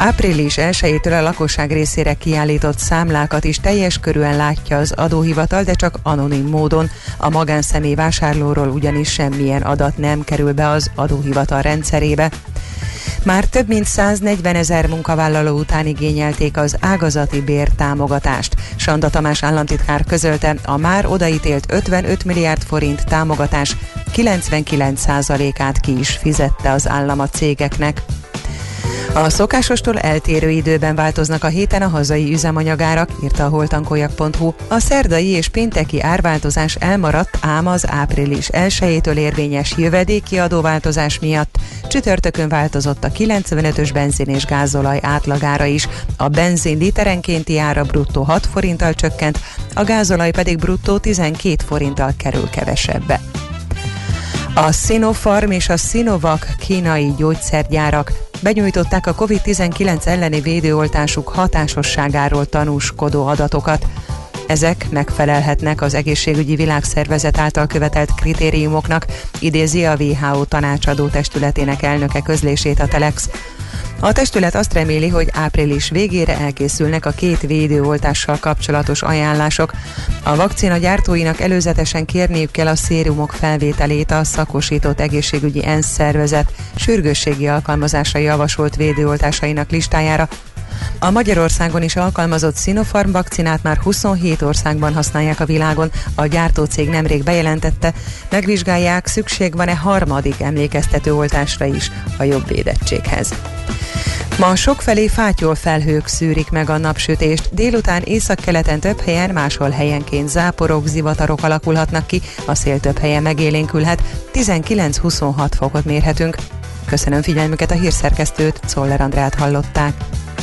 Április 1-től a lakosság részére kiállított számlákat is teljes körűen látja az adóhivatal, de csak anonim módon. A magánszemély vásárlóról ugyanis semmilyen adat nem kerül be az adóhivatal rendszerébe. Már több mint 140 000 munkavállaló után igényelték az ágazati bértámogatást. Sanda Tamás államtitkár közölte, a már odaítélt 55 milliárd forint támogatás 99%-át ki is fizette az állam a cégeknek. A szokásostól eltérő időben változnak a héten a hazai üzemanyagárak, írta a holtankoljak.hu. A szerdai és pénteki árváltozás elmaradt, ám az április 1-től érvényes jövedéki adóváltozás miatt csütörtökön változott a 95-ös benzin és gázolaj átlagára is. A benzin literenkénti ára bruttó 6 forinttal csökkent, a gázolaj pedig bruttó 12 forinttal kerül kevesebbe. A Sinopharm és a Sinovac kínai gyógyszergyárak benyújtották a COVID-19 elleni védőoltásuk hatásosságáról tanúskodó adatokat. Ezek megfelelhetnek az Egészségügyi Világszervezet által követelt kritériumoknak, idézi a WHO tanácsadó testületének elnöke közlését a Telex. A testület azt reméli, hogy április végére elkészülnek a 2 védőoltással kapcsolatos ajánlások. A vakcina gyártóinak előzetesen kérniük kell a szérumok felvételét a szakosított egészségügyi ENSZ szervezet sürgősségi alkalmazásra javasolt védőoltásainak listájára. A Magyarországon is alkalmazott Sinopharm vakcinát már 27 országban használják a világon. A gyártócég nemrég bejelentette, megvizsgálják, szükség van-e harmadik emlékeztető oltásra is a jobb védettséghez. Ma sokfelé fátyol felhők szűrik meg a napsütést, délután északkeleten több helyen, máshol helyenként záporok, zivatarok alakulhatnak ki, a szél több helyen megélénkülhet, 19-26 fokot mérhetünk. Köszönöm figyelmüket, a hírszerkesztőt, Czoller Andrát hallották.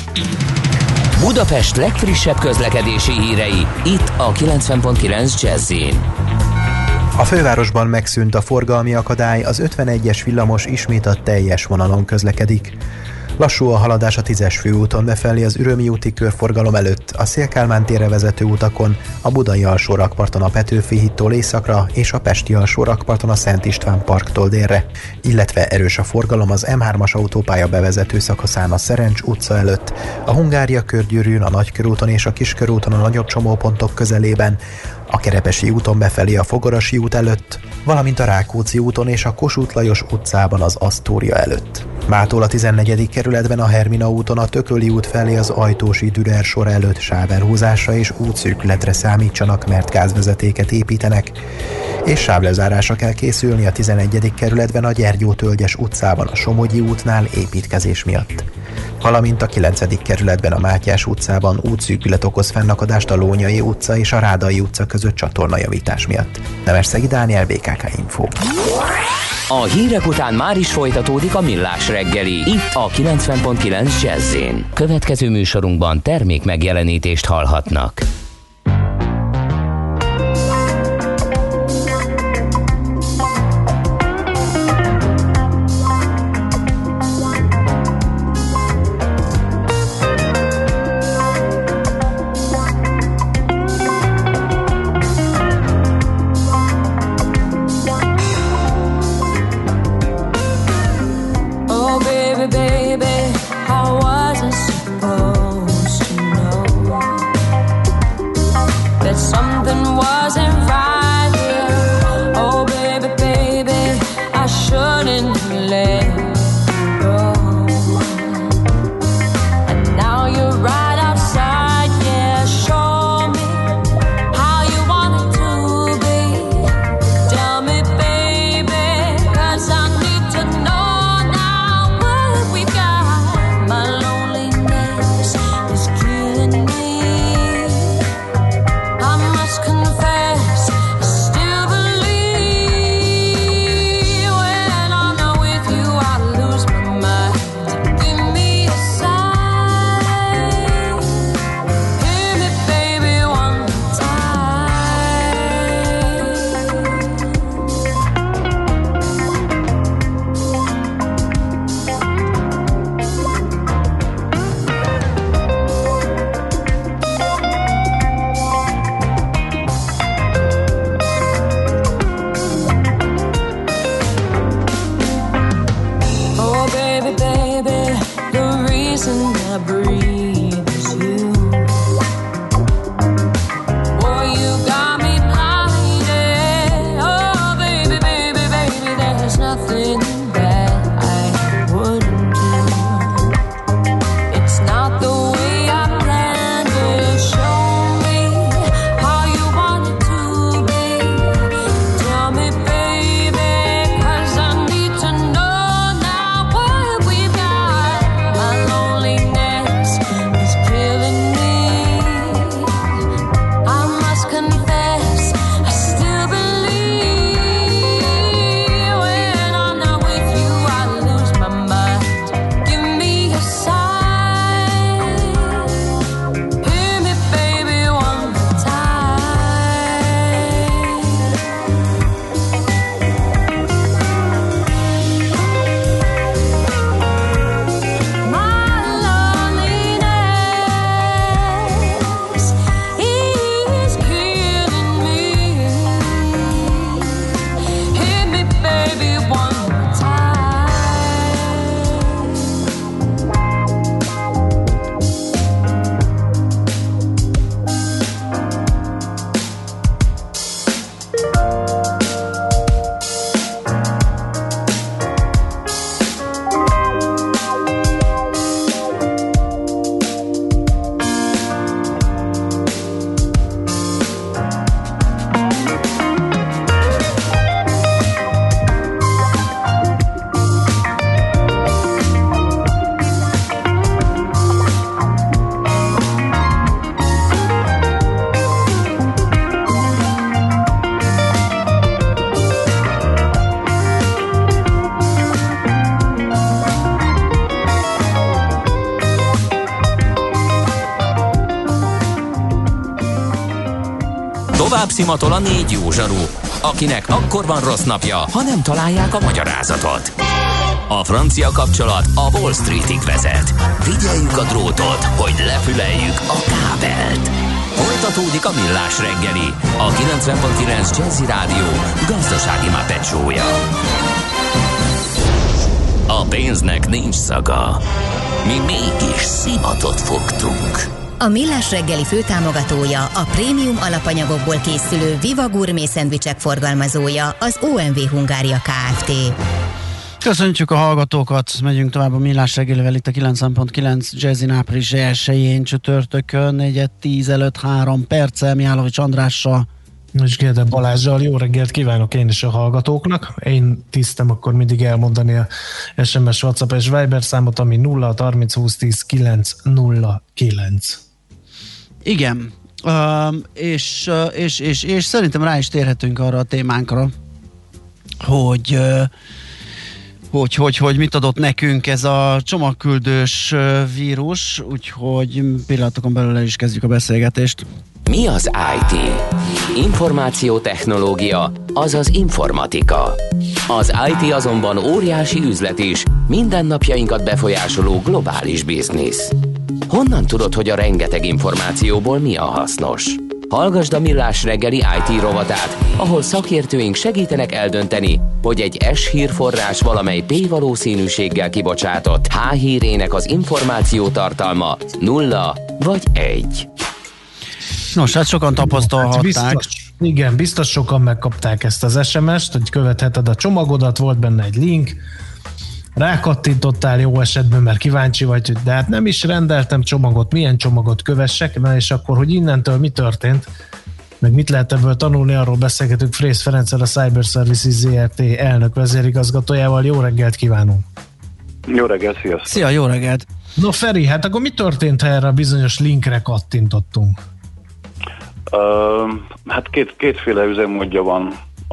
Budapest legfrissebb közlekedési hírei, itt a 90.9 Jazz-in. A fővárosban megszűnt a forgalmi akadály, az 51-es villamos ismét a teljes vonalon közlekedik. Lassú a haladás a 10-es főúton befelé az Ürömi úti körforgalom előtt, a Széll-Kálmán térre vezető utakon, a Budai alsórakparton a Petőfi hídtól északra és a Pesti alsórakparton a Szent István parktól délre, illetve erős a forgalom az M3-as autópálya bevezető szakaszán a Szerencs utca előtt, a Hungária körgyűrűn, a Nagykörúton és a Kiskörúton a nagyobb csomópontok közelében, a Kerepesi úton befelé a Fogorasi út előtt, valamint a Rákóczi úton és a Kossuth Lajos utcában az Asztória előtt. Mától a 14. kerületben a Hermina úton a Tököli út felé az Ajtósi Dürer sor előtt sávelhúzásra és útszűkületre számítsanak, mert gázvezetéket építenek, és sávlezárásra kell készülni a 11. kerületben a Gyergyó-Tölgyes utcában a Somogyi útnál építkezés miatt. Valamint a 9. kerületben a Mátyás utcában útszűkület okoz fennakadást a Lónyai utca és a Rádai utca között csatornajavítás miatt. Nemesszegi Dániel, BKK Info. A hírek után már is folytatódik a Millás reggeli, itt a 90.9 Jazz-in. Következő műsorunkban termék megjelenítést hallhatnak. Baby, how was I supposed to know? I breathe is you. Boy, you got me blinded. Oh, baby, baby, baby, there's nothing that I wouldn't do. It's not the way I planned it. Show me how you want it to be. Tell me, baby, 'cause I need to know now what we've got. My loneliness is killing me. I must confess, I still believe when I'm not with you, I lose my mind. Give me a sign. Hear me, baby, one more time. My loneliness is killing me. Hear me, baby, one more time. Tovább szimatol a 4 jó zsaru, akinek akkor van rossz napja, ha nem találják a magyarázatot. A francia kapcsolat a Wall Streetig vezet. Figyeljük a drótot, hogy lefüleljük a kábelt. Folytatódik a Millás reggeli, a 90.9 Jazzy Rádió gazdasági Muppet show-ja. A pénznek nincs szaga. Mi mégis szimatot fogtunk. A Millás reggeli főtámogatója, a prémium alapanyagokból készülő Viva Gourmet szendvicsek forgalmazója, az OMV Hungária Kft. Köszöntjük a hallgatókat, megyünk tovább a Millás reggelivel itt a 90.9 Jazzin április 1-én csütörtökön, 4:10 előtt 3 perccel Mihálovics Andrással. És Gede Balázsral. Jó reggelt kívánok én is a hallgatóknak. Én tisztem akkor mindig elmondani a SMS, WhatsApp és Viber számot, ami 0 30 20 10 909. Igen, és szerintem rá is térhetünk arra a témánkra, hogy mit adott nekünk ez a csomagküldős vírus, úgyhogy pillanatokon belül el is kezdjük a beszélgetést. Mi az IT? Információtechnológia, azaz informatika. Az IT azonban óriási üzlet is, mindennapjainkat befolyásoló globális biznisz. Honnan tudod, hogy a rengeteg információból mi a hasznos? Hallgasd a Millás reggeli IT rovatát, ahol szakértőink segítenek eldönteni, hogy egy S hírforrás valamely P valószínűséggel kibocsátott H hírének az információ tartalma 0 vagy 1. Nos, hát sokan tapasztalhatták. Biztos sokan megkapták ezt az SMS-t, hogy követheted a csomagodat, volt benne egy link, rákattintottál jó esetben, mert kíváncsi vagy, hogy de hát nem is rendeltem csomagot, milyen csomagot kövessek, na és akkor, hogy innentől mi történt, meg mit lehet ebből tanulni, arról beszélgetünk Frész Ferenccel, a Cyber Services ZRT elnök vezérigazgatójával. Jó reggelt kívánunk! Jó reggelt, sziasztok! Szia, jó reggelt! No Feri, hát akkor mi történt, ha erre a bizonyos linkre kattintottunk? Hát kétféle üzemmódja van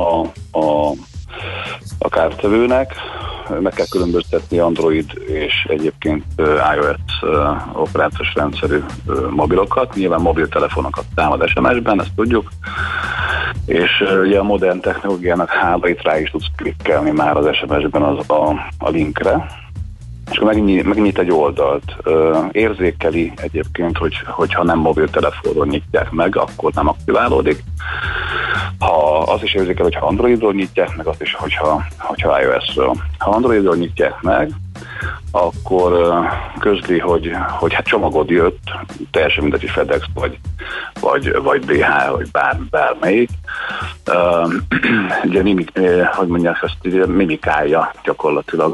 a kártevőnek. Meg kell különböztetni Android és egyébként iOS operációs rendszerű mobilokat. Nyilván mobiltelefonokat támad SMS-ben, ezt tudjuk. És ugye a modern technológiának hála itt rá is tudsz klikkelni már az SMS-ben a linkre. És akkor megnyit egy oldalt. Érzékeli egyébként, hogyha nem mobiltelefonról nyitják meg, akkor nem aktiválódik. Ha az is érzékel, hogyha Androidról nyitják meg, azt is, hogyha iOS-ről. Ha Androidról nyitják meg, akkor közli, hogy hát csomagod jött, teljesen mindegy, FedEx, vagy DHL, vagy bármelyik. Ugye hogy mondják, ezt mimikálja gyakorlatilag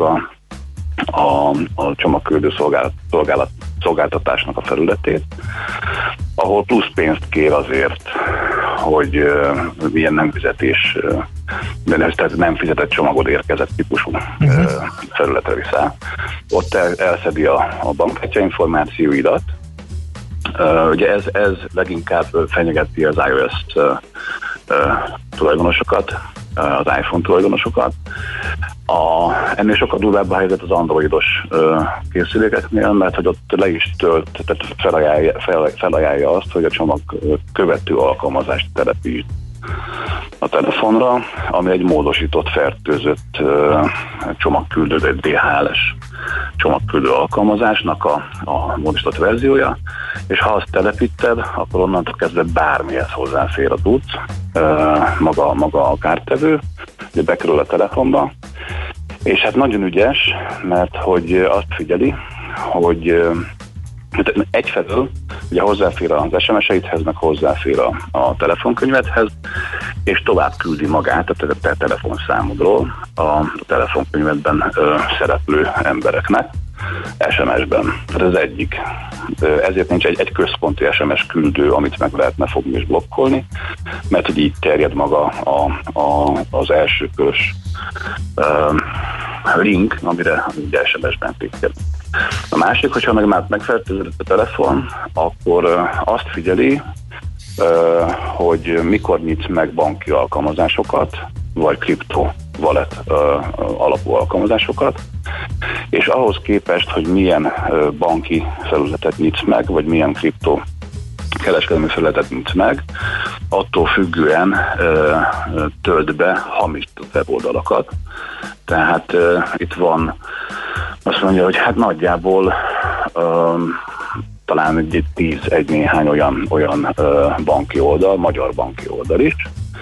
a csomagküldő szolgáltatásnak a felületét, ahol plusz pénzt kér azért, hogy milyen nem fizetés, tehát nem fizetett csomagod érkezett típusú felületre viszel. Ott elszedi a bankkártya információidat. Ugye ez leginkább fenyegeti az iOS tulajdonosokat, az iPhone tulajdonosokat. Ennél sokkal durvább a helyzet az androidos készülékeknél, mert hogy ott le is tehát felajánlja azt, hogy a csomag követő alkalmazást telepítsd a telefonra, ami egy módosított, fertőzött csomagküldő, egy DHL-es csomagküldő alkalmazásnak a módosított verziója, és ha azt telepíted, akkor onnantól kezdve bármihez hozzáfér a cucc, maga a kártevő, ugye bekerül a telefonba, és hát nagyon ügyes, mert hogy azt figyeli, hogy egyfelől ugye hozzáfér az SMS-eidhez, meg hozzáfér a telefonkönyvedhez, és tovább küldi magát a te telefonszámodról a telefonkönyvedben szereplő embereknek SMS-ben. Tehát ez egyik. Ezért nincs egy központi SMS küldő, amit meg lehetne fogni és blokkolni, mert hogy így terjed maga az elsőkörös link, amire ugye SMS-ben klikked. A másik, hogyha már megfertőződött a telefon, akkor azt figyeli, hogy mikor nyitsz meg banki alkalmazásokat, vagy kripto wallet alapú alkalmazásokat, és ahhoz képest, hogy milyen banki felületet nyitsz meg, vagy milyen kripto kereskedelmi felületet nyitsz meg, attól függően tölt be hamis weboldalakat. Tehát itt van, azt mondja, hogy hát nagyjából talán egy néhány olyan banki oldal, magyar banki oldal is,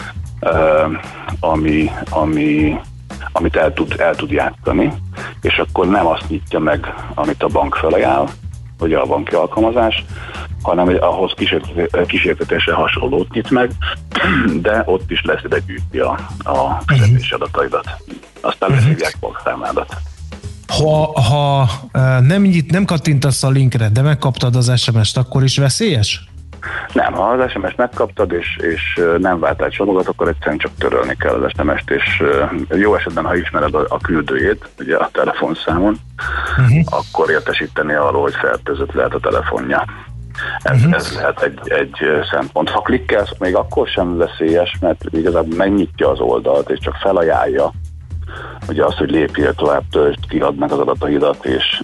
amit el tud játszani, és akkor nem azt nyitja meg, amit a bank felajánl, ugye a banki alkalmazás, hanem ahhoz kísértetésre hasonlót nyit meg, de ott is lesz begyűjti a fizetési adataidat. Aztán leszívják bankszámládat. Ha nem kattintasz a linkre, de megkaptad az SMS-t, akkor is veszélyes? Nem, ha az SMS-t megkaptad, és nem váltál csomagot, akkor egyszerűen csak törölni kell az SMS-t, és jó esetben, ha ismered a küldőjét, ugye a telefonszámon, akkor értesíteni arról, hogy fertőzött lehet a telefonja. Ez lehet egy szempont. Ha klikkelsz, még akkor sem veszélyes, mert igazából megnyitja az oldalt, és csak felajánlja, ugye az, hogy lépjél tovább, töltsd ki, add meg az adataidat,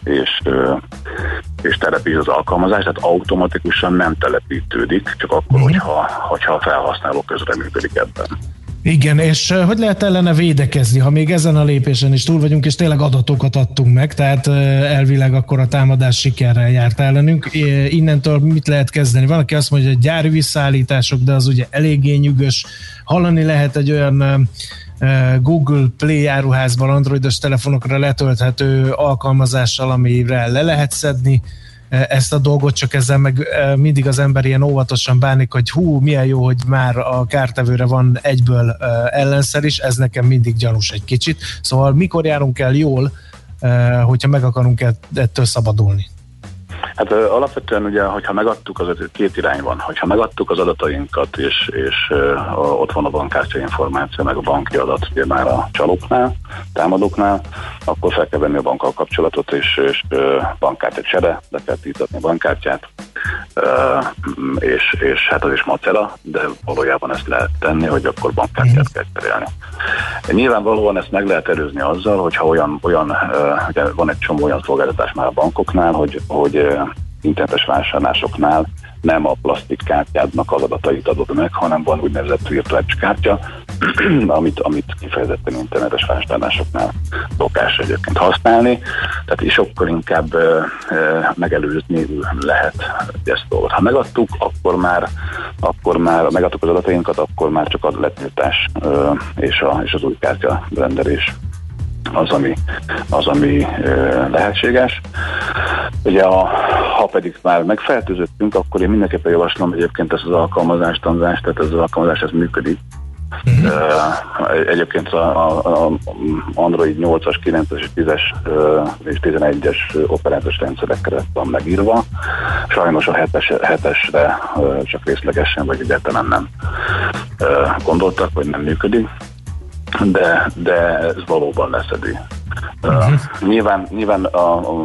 és telepítsd az alkalmazást, tehát automatikusan nem telepítődik, csak akkor, hogyha a felhasználó közreműködik ebben. Igen, és hogy lehet ellene védekezni, ha még ezen a lépésen is túl vagyunk, és tényleg adatokat adtunk meg, tehát elvileg akkor a támadás sikerrel járt ellenünk. Innentől mit lehet kezdeni? Van, aki azt mondja, hogy gyári visszaállítások, de az ugye eléggé nyűgös. Hallani lehet egy olyan Google Play áruházban androidos telefonokra letölthető alkalmazással, amire le lehet szedni ezt a dolgot, csak ezzel meg mindig az ember ilyen óvatosan bánik, hogy milyen jó, hogy már a kártevőre van egyből ellenszer is, ez nekem mindig gyanús egy kicsit. Szóval mikor járunk el jól, hogyha meg akarunk ettől szabadulni? Hát alapvetően ugye, hogyha megadtuk, az két irány van. Hogyha megadtuk az adatainkat, és ott van a bankkártya információ, meg a banki adat ugye már a csalóknál, támadóknál, akkor fel kell venni a bankkal kapcsolatot, és bankkártya csere, le kell tiltatni a bankkártyát, és hát az is macera, de valójában ezt lehet tenni, hogy akkor bankkártyát kell cserélni. Nyilvánvalóan ezt meg lehet előzni azzal, hogyha ugye van egy csomó olyan szolgáltatás már a bankoknál, hogy internetes vásárlásoknál nem a plastikkártyádnak az adatait adod meg, hanem van úgynevezett virtuális kártya, amit kifejezetten internetes vásárlásoknál szokás egyébként használni. Tehát is sokkal inkább megelőzni lehet ezt a dolgot. Ha megadtuk, akkor már megadtuk az adatainkat, akkor már csak a letiltás és az új kártya rendelés az, ami lehetséges. Ugye, ha pedig már megfertőzöttünk, akkor én mindenképpen javaslom egyébként ezt az alkalmazást, tehát ez az alkalmazás ez működik. Egyébként az Android 8-as, 9-es, 10-es és 11-es operációs rendszerekre van megírva. Sajnos a 7-esre csak részlegesen, vagy egyáltalán nem gondoltak, vagy nem működik. De ez valóban leszedi. Nyilván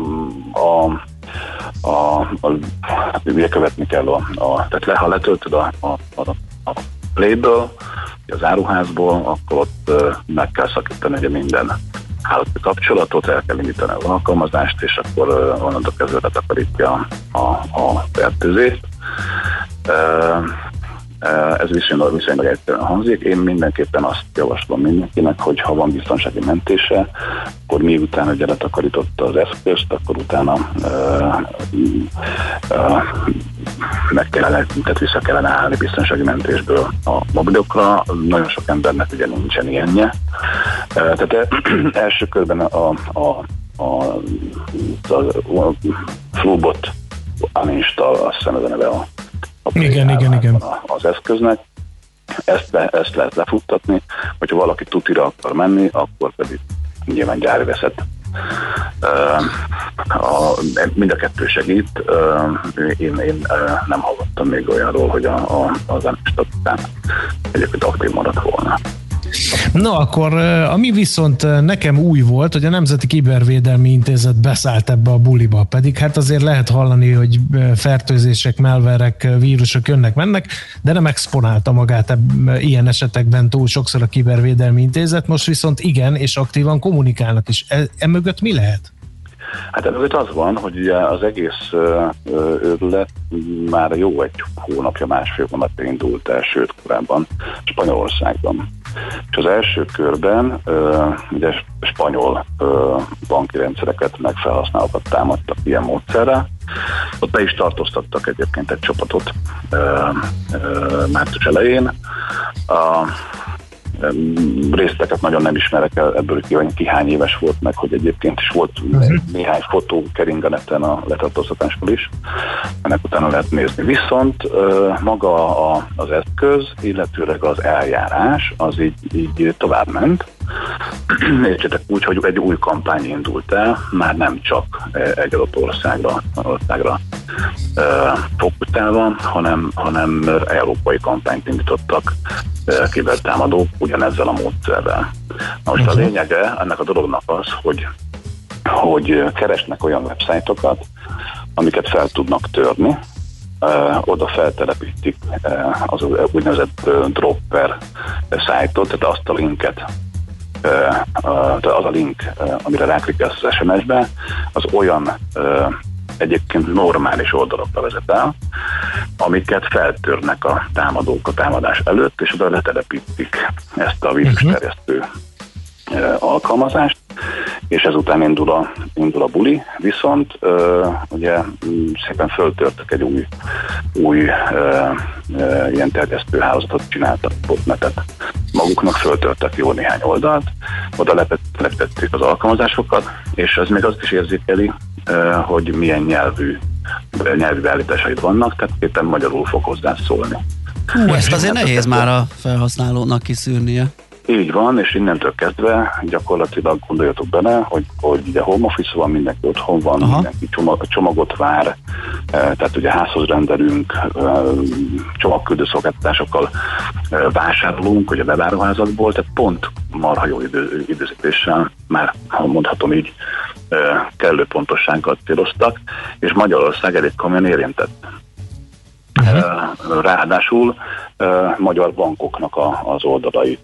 ugye követni kell tehát ha letöltöd a Play-ből, az áruházból, akkor ott meg kell szakítani ugye minden hálózati kapcsolatot, el kell indítani az alkalmazást, és akkor onnantól kezdve letakarítja a fertőzést. Ez viszonylag egyszerűen hangzik. Én mindenképpen azt javaslom mindenkinek, hogy ha van biztonsági mentése, akkor miután ugye letakarította az eszközt, akkor utána tehát vissza kellene állni biztonsági mentésből a mobilokra. Nagyon sok embernek ugye nincsen ilyenje. Tehát első körben a Flubot uninstall, azt hiszem ez a neve igen. Az eszköznek. Ezt lehet lefuttatni, hogyha valaki tutira akar menni, akkor pedig nyilván gyári veszett. Mind a kettő segít. Én nem hallottam még olyanról, hogy az uninstall után egyébként aktív maradt volna. Na akkor, ami viszont nekem új volt, hogy a Nemzeti Kibervédelmi Intézet beszállt ebbe a buliba, pedig hát azért lehet hallani, hogy fertőzések, malverek, vírusok jönnek-mennek, de nem exponálta magát ilyen esetekben túl sokszor a Kibervédelmi Intézet, most viszont igen, és aktívan kommunikálnak is. Emögött mi lehet? Hát emögött az van, hogy ugye az egész őrület már jó egy hónapja, másfél hónapja indult el, sőt korábban Spanyolországban. És az első körben ugye spanyol banki rendszereket meg felhasználókat támadtak ilyen módszerrel. Ott be is tartóztattak egyébként egy csapatot március elején. Részleteket nagyon nem ismerek ebből ki hány éves volt meg, hogy egyébként is volt néhány fotó kering a neten a letartóztatásról is. Ennek utána lehet nézni. Viszont maga az eszköz, illetőleg az eljárás az így tovább ment. Értsétek úgy, hogy egy új kampány indult el, már nem csak egy adott országra fókuszálva, hanem európai kampányt indítottak kibertámadók ugyanezzel a módszerrel. Na most a lényege ennek a dolognak az, hogy keresnek olyan websájtokat, amiket fel tudnak törni, oda feltelepítik az úgynevezett dropper szájtot, tehát azt a linket, az a link, amire ráklikkelsz az SMS-be, az olyan egyébként normális oldalakra vezet el, amiket feltörnek a támadók a támadás előtt, és oda letelepítik ezt a vírusterjesztő alkalmazást, és ezután indul a buli, viszont ugye szépen föltörtek egy új ilyen terjesztő hálózatot, csináltak botnetet maguknak, föltörtek jó néhány oldalt, oda letették az alkalmazásokat, és ez még azt is érzékeli, hogy milyen nyelvű beállításaid vannak, tehát éppen magyarul fog hozzá szólni. Ezt azért nehéz már a felhasználónak kiszűrnie. Így van, és innentől kezdve gyakorlatilag gondoljatok bele, hogy ugye home office van, mindenki otthon van, mindenki csomagot vár, tehát ugye házhoz rendelünk, csomagküldő szolgáltatásokkal vásárolunk, ugye beváróházakból, tehát pont marha jó időzítéssel, már mondhatom így, kellő pontossággal céloztak, és Magyarország elég komolyan érintett. Ráadásul magyar bankoknak az oldalait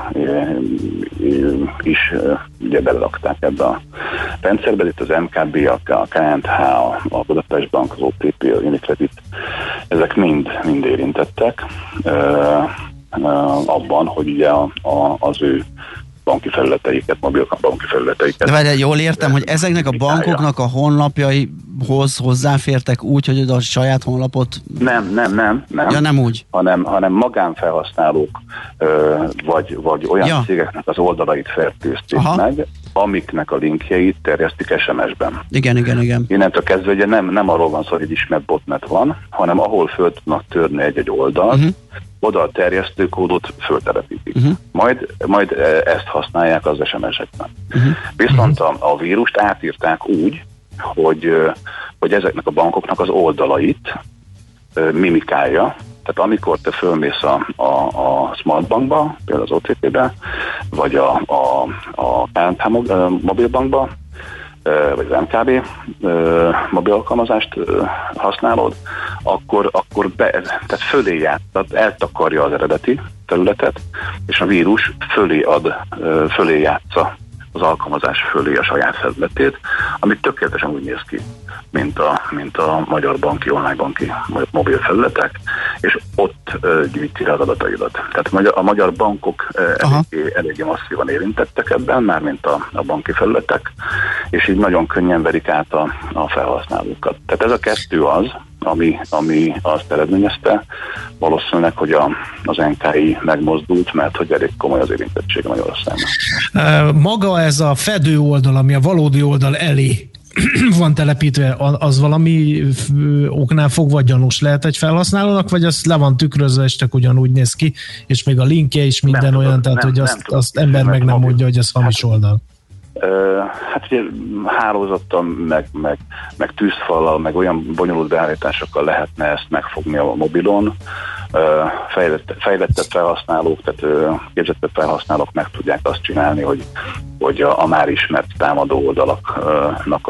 is ugye belerakták ebbe a rendszerbe. Itt az MKB, a KNH, a Budapest Bank, az OTP, a Unicredit, ezek mind érintettek. abban, hogy ugye az ő banki felületeiket, mobil banki felületeiket. De várjál, jól értem, hogy ezeknek a bankoknak a honlapjaihoz hozzáfértek úgy, hogy a saját honlapot... Nem. Ja, nem úgy. Hanem magánfelhasználók, vagy olyan cégeknek az oldalait fertőzték meg, amiknek a linkjeit terjesztik SMS-ben. Igen. Innentől kezdve ugye nem arról van szó, hogy egy ismert botnet van, hanem ahol föl tudnak törni egy oldalt, oda a terjesztőkódot föltelepítik. Majd ezt használják az SMS-ekben. Viszont a vírust átírták úgy, hogy ezeknek a bankoknak az oldalait mimikálja. Tehát amikor te fölmész a Smartbankba, például az OTP-be, vagy a KNH mobilbankba, vagy az MKB mobil alkalmazást használod, akkor tehát fölé játszott, eltakarja az eredeti területet, és a vírus fölé játsza az alkalmazás fölé a saját felületét, amit tökéletesen úgy néz ki, mint a magyar banki, online banki mobil felületek, és ott gyűjti az adataidat. Tehát a magyar bankok eléggé masszívan érintettek ebben, mármint a banki felületek, és így nagyon könnyen verik át a felhasználókat. Tehát ez a kettő az, ami azt eredményezte, valószínűleg, hogy az NKI megmozdult, mert hogy elég komoly az érintettsége Magyarországon. Maga ez a fedő oldal, ami a valódi oldal elé van telepítve, az valami oknál fogva gyanús lehet egy felhasználónak, vagy az le van tükrözve, és csak ugyanúgy néz ki, és még a linkje is minden olyan, tehát hogy azt ember meg nem mondja, hogy ez hamis oldal. Hát ugye hálózattal, meg tűzfallal, meg olyan bonyolult beállításokkal lehetne ezt megfogni a mobilon. Fejlettebb felhasználók, tehát képzettebb felhasználók meg tudják azt csinálni, hogy a már ismert támadó oldalaknak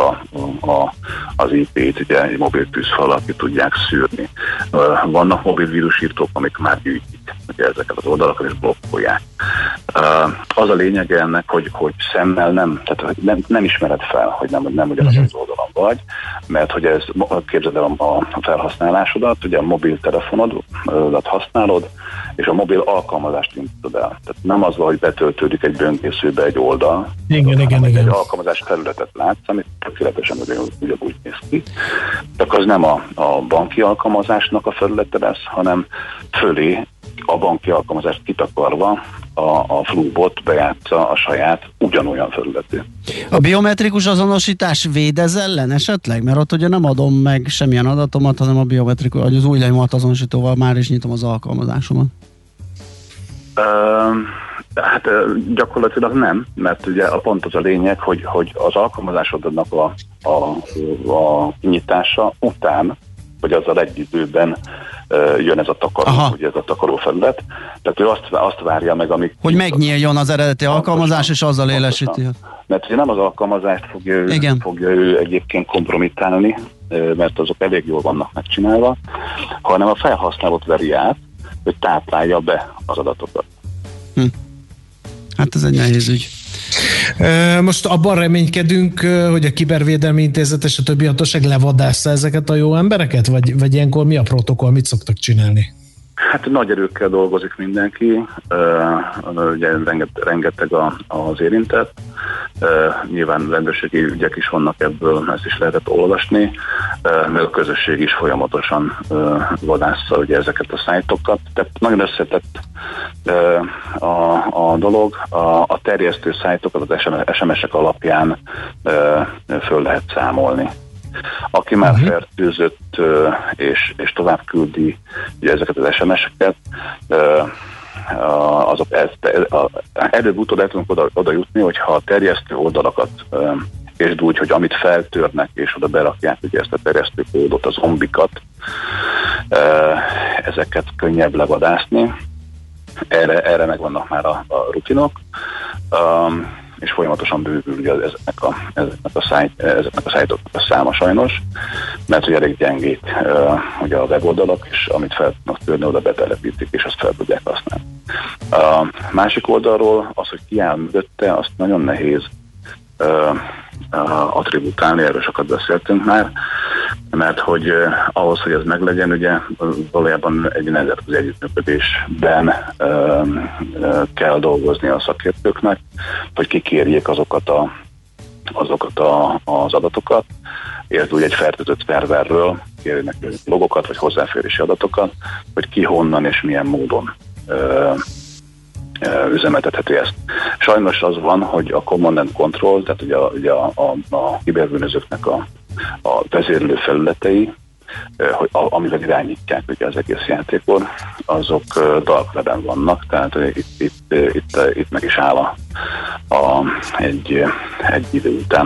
az IP-t, ugye egy mobil tűzfallal ki tudják szűrni. Vannak mobil vírusírtók, amik már gyűjtik ugye ezeket az oldalakat és blokkolják. Az a lényege ennek, hogy szemmel tehát nem ismered fel, hogy nem ugyanaz az oldalon vagy, mert hogy ez, képzeld el a felhasználásodat, ugye a mobiltelefonodat használod, és a mobil alkalmazást indítod el. Tehát nem az van, hogy betöltődik egy böngészőbe egy oldal, igen. Egy alkalmazás felületet látsz, amit tökéletesen ugyanúgy néz ki. Csak az nem a banki alkalmazásnak a felülete lesz, hanem fölé a banki alkalmazást kitakarva a Flubot bejátsza a saját ugyanolyan felületű. A biometrikus azonosítás véd ez ellen esetleg? Mert ott ugye nem adom meg semmilyen adatomat, hanem a biometrikus, vagy az új lenyomat azonosítóval már is nyitom az alkalmazásomat. Hát gyakorlatilag nem, mert ugye pont az a lényeg, hogy az alkalmazásodnak a nyitása után, vagy azzal egy időben jön ez a takaró, ugye ez a takaró felület. Tehát ő azt várja meg, amíg... Hogy megnyíljon az eredeti alkalmazás, és azzal élesíti. Mert ugye nem az alkalmazást fogja ő egyébként kompromittálni, mert azok elég jól vannak megcsinálva, hanem a felhasználót veri át, hogy táplálja be az adatokat. Hát ez egy nehéz ügy. Most abban reménykedünk, hogy a Kibervédelmi Intézet és a többi hatóság levadásza ezeket a jó embereket? Vagy ilyenkor mi a protokoll, mit szoktak csinálni? Hát nagy erőkkel dolgozik mindenki, ugye rengeteg az érintett, nyilván rendőrségi ügyek is vannak ebből, ezt is lehetett olvasni, meg a közösség is folyamatosan vadásza ugye ezeket a szájtokat, tehát nagyon összetett a dolog, a terjesztő szájtokat az SMS-ek alapján föl lehet számolni. Aki már fertőzött és tovább küldi ugye ezeket az SMS-eket, azok előbb-utóbb el tudunk oda jutni, hogyha a terjesztő oldalakat és úgy, hogy amit feltörnek és oda berakják ugye ezt a terjesztő kódot, az zombikat, ezeket könnyebb levadászni. Erre megvannak már a rutinok. És folyamatosan bővül ugye ezeknek a szájtoknak a száma sajnos, mert ugye elég gyengék ugye a weboldalak, és amit fel tudnak törni, oda betelepítik, és azt fel tudják használni. A másik oldalról az, hogy ki áll mögötte, azt nagyon nehéz attributálni, erről sokat beszéltünk már, mert hogy ahhoz, hogy ez meglegyen, ugye valójában egy nemzetközi együttműködésben kell dolgozni a szakértőknek, hogy kikérjék azokat az adatokat, illetve úgy egy fertőzött szerverről kérjenek logokat, vagy hozzáférési adatokat, hogy ki honnan és milyen módon üzemeltetheti ezt. Sajnos az van, hogy a command and control, tehát ugye a kiberbűnözőknek a vezérlő felületei, amivel irányítják ugye az egész játékot, azok dark webben vannak, tehát itt meg is áll egy idő után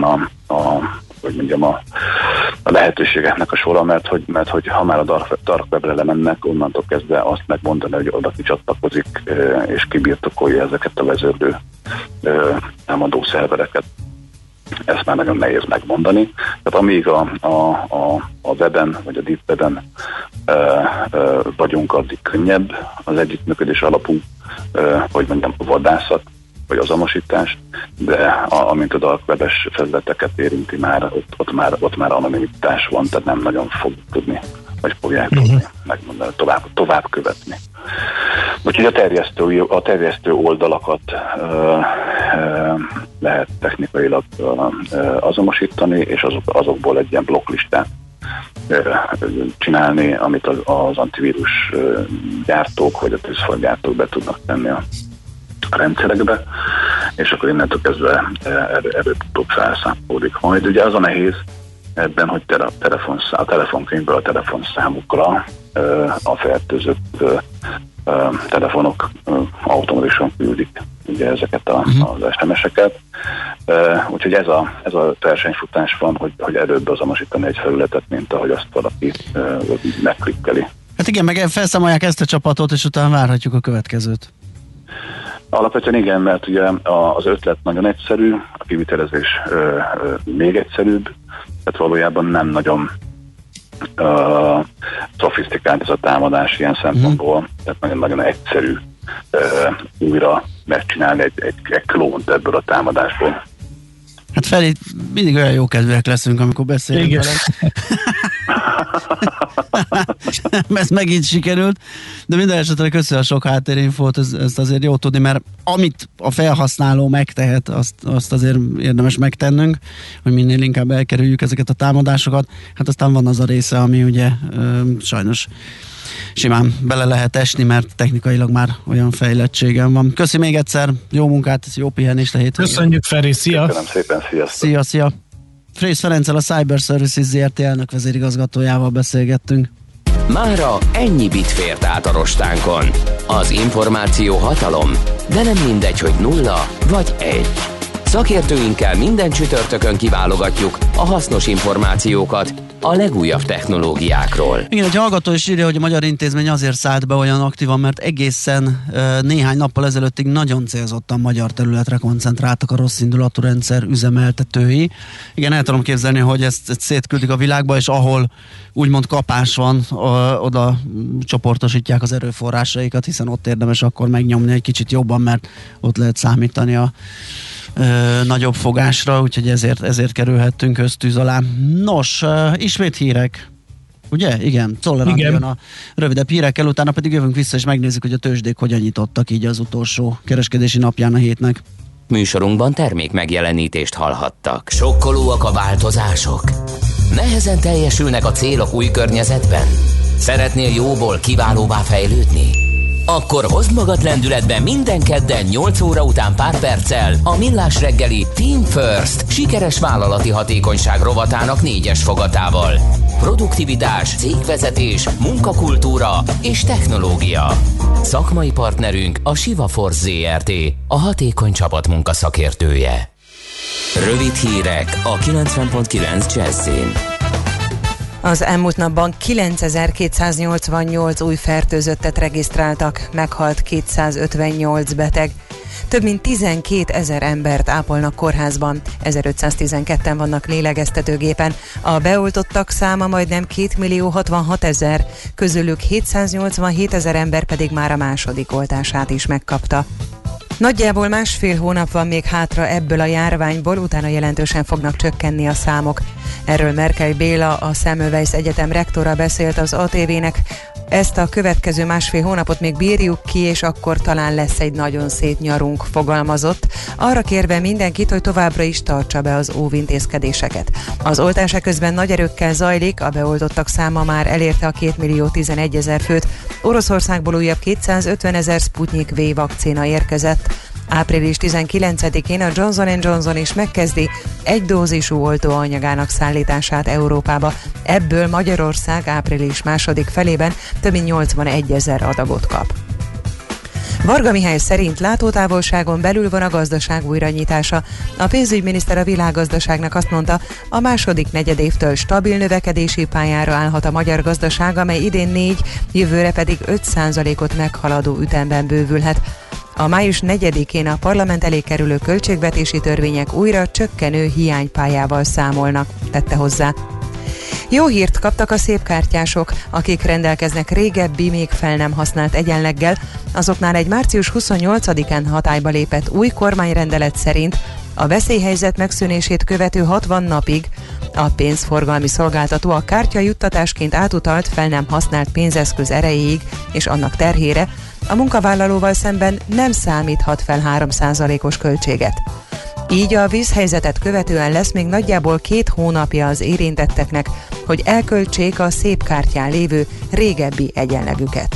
a lehetőségeknek a sora, mert hogy ha már a dark webre lemennek, onnantól kezdve azt megmondani, hogy oda kicsatlakozik és kibirtokolja ezeket a vezérlő támadó szervereket. Ezt már nagyon nehéz megmondani. Tehát amíg a weben, vagy a deep weben vagyunk, addig könnyebb az együttműködés alapú, hogy mondjam, a vadászat, vagy azonosítás, de amint a dark webes felületeket érinti már, ott már anonimitás van, tehát nem nagyon fog tudni, vagy fogják tudni megmondani, tovább követni. Úgyhogy a terjesztő oldalakat lehet technikailag azonosítani, és azokból egy ilyen blokklistát csinálni, amit az antivírus gyártók, vagy a tűzfalgyártók be tudnak tenni a rendszerekbe, és akkor innentől kezdve előbb-utóbb felszámolódik majd. Ugye az a nehéz ebben, hogy a telefonkönyvből a telefonszámukra a fertőzött telefonok automatikusan küldik ugye ezeket az SMS-eket. Úgyhogy ez a versenyfutás van, hogy előbb azonosítani egy felületet, mint ahogy azt valaki megklikkeli. Hát igen, meg felszámolják ezt a csapatot, és utána várhatjuk a következőt. Alapvetően igen, mert ugye az ötlet nagyon egyszerű, a kivitelezés még egyszerűbb, tehát valójában nem nagyon szofisztikált ez a támadás ilyen szempontból, tehát nagyon-nagyon egyszerű újra megcsinálni egy klónt ebből a támadásból. Hát Feri, mindig olyan jókedvűek leszünk, amikor beszélünk veled. Ez megint sikerült, de minden esetre köszönöm a sok háttérinfót, ezt azért jó tudni, mert amit a felhasználó megtehet, azt azért érdemes megtennünk, hogy minél inkább elkerüljük ezeket a támadásokat. Hát aztán van az a része, ami ugye sajnos simán bele lehet esni, mert technikailag már olyan fejlettségem van. Köszi még egyszer, jó munkát, jó pihenést a hétvégén. Köszönjük, Feri, szia! Köszönöm szépen, sziasztok! Szia! Frész Ferenccel, a Cyber Services Zrt. Elnök vezérigazgatójával beszélgettünk. Mára ennyi bit fért át a rostánkon. Az információ hatalom, de nem mindegy, hogy 0 vagy 1. Szakértőinkkel minden csütörtökön kiválogatjuk a hasznos információkat a legújabb technológiákról. Igen, egy hallgató is írja, hogy a magyar intézmény azért szállt be olyan aktívan, mert egészen néhány nappal ezelőttig nagyon célzottan magyar területre koncentráltak a rossz indulatú rendszer üzemeltetői. Igen, el tudom képzelni, hogy ezt szétküldik a világba, és ahol úgymond kapás van, oda csoportosítják az erőforrásaikat, hiszen ott érdemes akkor megnyomni egy kicsit jobban, mert ott lehet számítani a nagyobb fogásra, úgyhogy ezért kerülhettünk köztűz alá. Nos, ismét hírek, ugye? Igen, Czoller Andi jön a rövidebb hírekkel, utána pedig jövünk vissza, és megnézzük, hogy a tőzsdék hogyan nyitottak így az utolsó kereskedési napján a hétnek. Műsorunkban termék megjelenítést hallhattak. Sokkolóak a változások? Nehezen teljesülnek a célok új környezetben? Szeretnél jóból kiválóvá fejlődni? Akkor hozd magad lendületbe minden kedden 8 óra után pár perccel a Millás reggeli Team First sikeres vállalati hatékonyság rovatának 4-es fogatával. Produktivitás, cégvezetés, munkakultúra és technológia. Szakmai partnerünk a Siva Force Zrt., a hatékony csapatmunka szakértője. Rövid hírek a 90.9 Jazzin. Az elmúlt napban 9288 új fertőzöttet regisztráltak, meghalt 258 beteg. Több mint 12 000 embert ápolnak kórházban, 1512-en vannak lélegeztetőgépen. A beoltottak száma majdnem 2.066.000, közülük 787 000 ember pedig már a második oltását is megkapta. Nagyjából másfél hónap van még hátra ebből a járványból, utána jelentősen fognak csökkenni a számok. Erről Merkel Béla, a Semmelweis Egyetem rektora beszélt az ATV-nek. Ezt a következő másfél hónapot még bírjuk ki, és akkor talán lesz egy nagyon szép nyarunk, fogalmazott, arra kérve mindenkit, hogy továbbra is tartsa be az óvintézkedéseket. Az oltás közben nagy erőkkel zajlik, a beoltottak száma már elérte a 2.011.000 főt. Oroszországból újabb 250.000 Sputnik V vakcina érkezett. Április 19-én a Johnson & Johnson is megkezdi egy dózisú oltóanyagának szállítását Európába. Ebből Magyarország április második felében több mint 81.000 adagot kap. Varga Mihály szerint látótávolságon belül van a gazdaság újranyitása. A pénzügyminiszter a világgazdaságnak azt mondta, a második negyedévtől stabil növekedési pályára állhat a magyar gazdaság, amely idén 4, jövőre pedig 5%-ot meghaladó ütemben bővülhet. A május 4-én a parlament elé kerülő költségvetési törvények újra csökkenő hiánypályával számolnak, tette hozzá. Jó hírt kaptak a szépkártyások, akik rendelkeznek régebbi, még fel nem használt egyenleggel. Azoknál egy március 28-án hatályba lépett új kormányrendelet szerint a veszélyhelyzet megszűnését követő 60 napig a pénzforgalmi szolgáltató a kártya juttatásként átutalt fel nem használt pénzeszköz erejéig és annak terhére a munkavállalóval szemben nem számíthat fel 3%-os költséget. Így a vízhelyzetet követően lesz még nagyjából 2 hónapja az érintetteknek, hogy elköltsék a szépkártyán lévő régebbi egyenlegüket.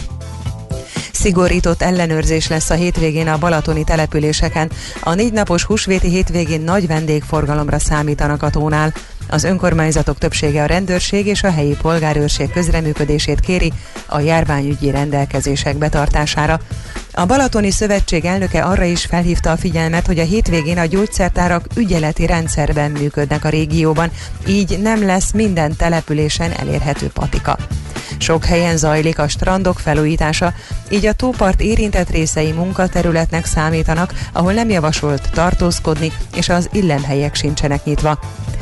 Szigorított ellenőrzés lesz a hétvégén a balatoni településeken. A 4 napos húsvéti hétvégén nagy vendégforgalomra számítanak a tónál. Az önkormányzatok többsége a rendőrség és a helyi polgárőrség közreműködését kéri a járványügyi rendelkezések betartására. A Balatoni Szövetség elnöke arra is felhívta a figyelmet, hogy a hétvégén a gyógyszertárak ügyeleti rendszerben működnek a régióban, így nem lesz minden településen elérhető patika. Sok helyen zajlik a strandok felújítása, így a tópart érintett részei munkaterületnek számítanak, ahol nem javasolt tartózkodni, és az illemhelyek sincsenek nyitva.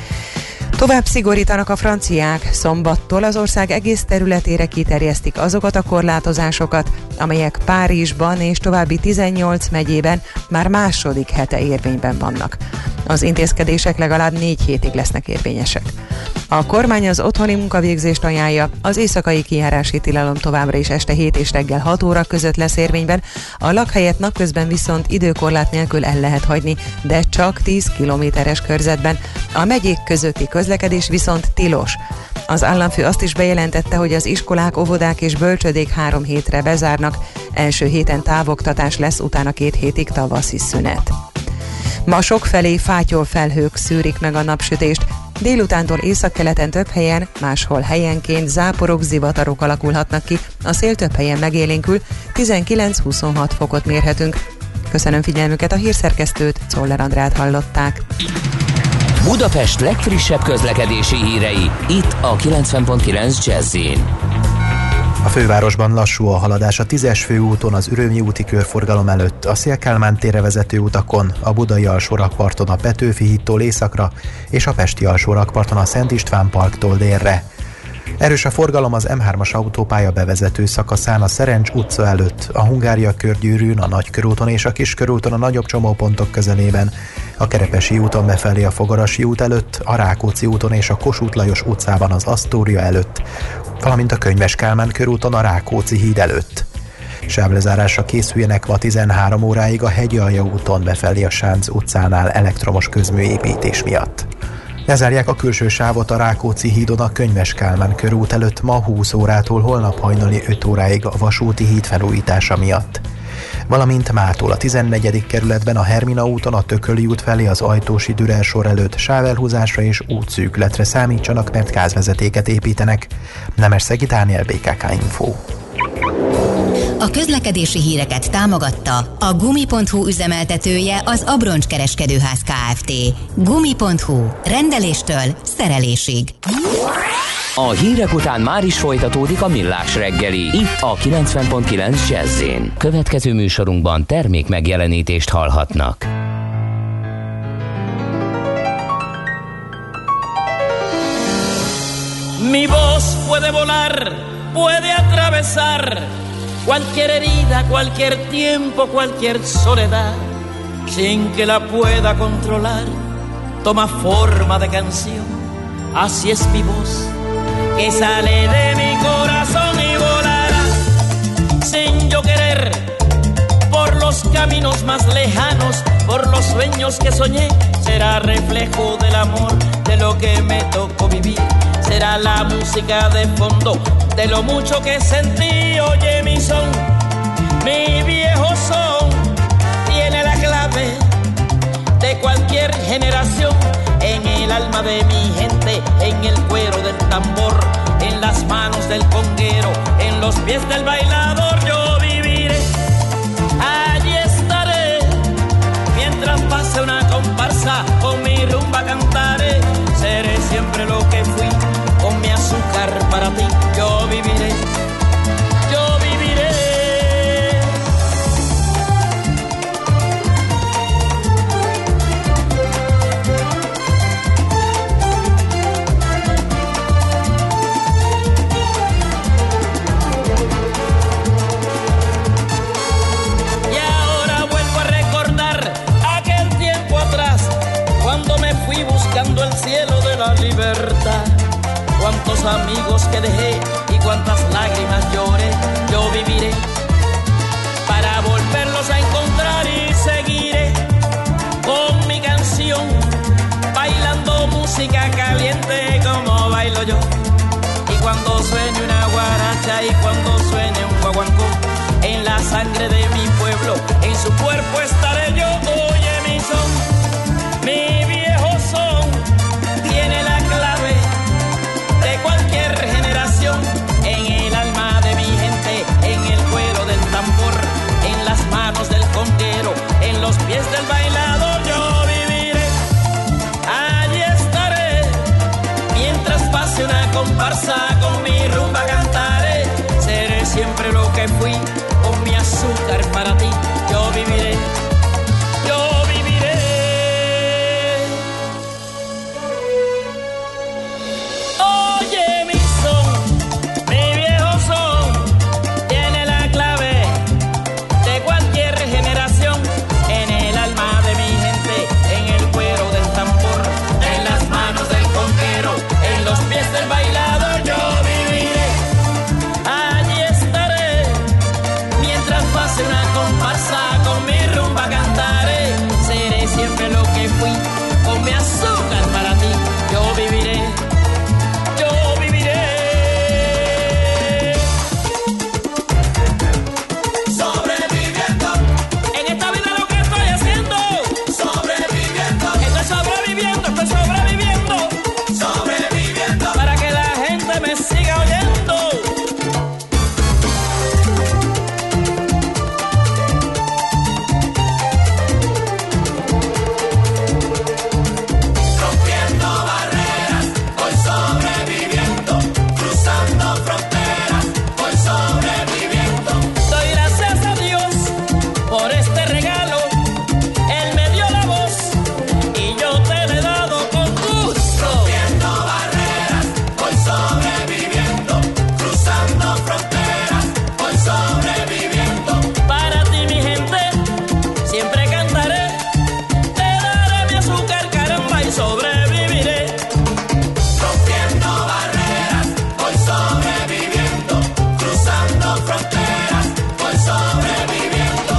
Tovább szigorítanak a franciák, szombattól az ország egész területére kiterjesztik azokat a korlátozásokat, amelyek Párizsban és további 18 megyében már második hete érvényben vannak. Az intézkedések legalább 4 hétig lesznek érvényesek. A kormány az otthoni munkavégzést ajánlja, az éjszakai kijárási tilalom továbbra is este 7 és reggel 6 óra között lesz érvényben, a lakhelyet napközben viszont időkorlát nélkül el lehet hagyni, de csak 10 kilométeres körzetben. A megyék közötti közlekedés viszont tilos. Az államfő azt is bejelentette, hogy az iskolák, óvodák és bölcsödék 3 hétre bezárnak, első héten távoktatás lesz, utána 2 hétig tavaszi szünet. Ma sokfelé fátyol felhők szűrik meg a napsütést, délutántól északkeleten több helyen, máshol helyenként záporok, zivatarok alakulhatnak ki, a szél több helyen megélénkül, 19-26 fokot mérhetünk. Köszönöm figyelmüket, a hírszerkesztőt, Czoller Andrát hallották. Budapest legfrissebb közlekedési hírei, itt a 90.9 Jazz-in. A fővárosban lassú a haladás a 10-es főúton az Ürömi úti körforgalom előtt, a Széll-Kálmán térre vezető utakon, a Budai alsórakparton a Petőfi hídtól északra és a Pesti alsórakparton a Szent István parktól délre. Erős a forgalom az M3-as autópálya bevezető szakaszán a Szerencs utca előtt, a Hungária körgyűrűn, a Nagykörúton és a Kiskörúton a nagyobb csomópontok közelében, a Kerepesi úton befelé a Fogarasi út előtt, a Rákóczi úton és a Kossuth Lajos utcában az Asztória előtt, valamint a Könyves Kálmán körúton a Rákóczi híd előtt. Sávlezárásra készüljenek ma 13 óráig a Hegyalja úton befelé a Sánc utcánál elektromos közműépítés miatt. Lezárják a külső sávot a Rákóczi hídon a Könyves Kálmán körút előtt ma 20 órától holnap hajnali 5 óráig a vasúti híd felújítása miatt. Valamint mától a 14. kerületben a Hermina úton a Tököli út felé az Ajtósi Dürer sor előtt sávelhúzásra és útszűkületre számítsanak, mert gázvezetéket építenek. Nemesszegi Dániel, BKK Info. A közlekedési híreket támogatta a Gumi.hu üzemeltetője, az Abroncs Kereskedőház Kft. Gumi.hu. Rendeléstől szerelésig. A hírek után már is folytatódik a Millás reggeli, itt a 90.9 Jazz-in. Következő műsorunkban termék megjelenítést hallhatnak. Mi voz puede volar, puede atravesar cualquier herida, cualquier tiempo, cualquier soledad. sin que la pueda controlar, toma forma de canción. Así es mi voz, que sale de mi corazón y volará sin yo querer por los caminos más lejanos, por los sueños que soñé. Será reflejo del amor, de lo que me tocó vivir. Será la música de fondo de lo mucho que sentí. Oye mi son, mi viejo son, tiene la clave de cualquier generación. En el alma de mi gente, en el cuero del tambor, en las manos del conguero, en los pies del bailador. Yo viviré, allí estaré, mientras pase una comparsa, con mi rumba cantaré. Seré siempre lo que fui, con mi azúcar para ti. Yo viviré, yo viviré. Y ahora vuelvo a recordar aquel tiempo atrás, cuando me fui buscando el cielo de la libertad. Cuántos amigos que dejé y cuántas lágrimas lloré. Yo viviré para volverlos a encontrar y seguiré con mi canción, bailando música caliente como bailo yo. Y cuando suene una guaracha y cuando suene un guaguancó, en la sangre de mi pueblo, en su cuerpo estaré yo. Oye mi son, mi viejo son, tiene la clave de cualquier generación. En el alma de mi gente, en el cuero del tambor, en las manos del conguero, en los pies del bailador. Yo viviré, allí estaré, mientras pase una comparsa, con mi rumba cantaré. Seré siempre lo que fui, con mi azúcar para ti. Yo viviré, yo viviré. Oye mi son, mi viejo son, tiene la clave de cualquier generación. En el alma de mi gente, en el cuero del tambor, en las manos del conguero, en los pies del bailador. Yo viviré, allí estaré, mientras pase una comparsa, con mi rumba cantaré. Seré siempre lo que fui, con mi azúcar para ti. Yo viviré, yo viviré. Sobreviviendo, en esta vida lo que estoy haciendo. Sobreviviendo, estoy sobreviviendo, estoy sobreviviendo. Sobreviviendo, para que la gente me siga oyendo. Rompiendo barreras, voy sobreviviendo. Cruzando fronteras, voy sobreviviendo. Doy gracias a Dios por este regalo. Él me dio la voz y yo te la he dado con gusto. Rompiendo barreras, voy sobreviviendo. Cruzando fronteras, voy sobreviviendo. Para ti, mi gente, siempre cantaré. Te daré mi azúcar, caramba, y sobreviviré. Rompiendo barreras, voy sobreviviendo. Cruzando fronteras, voy sobreviviendo.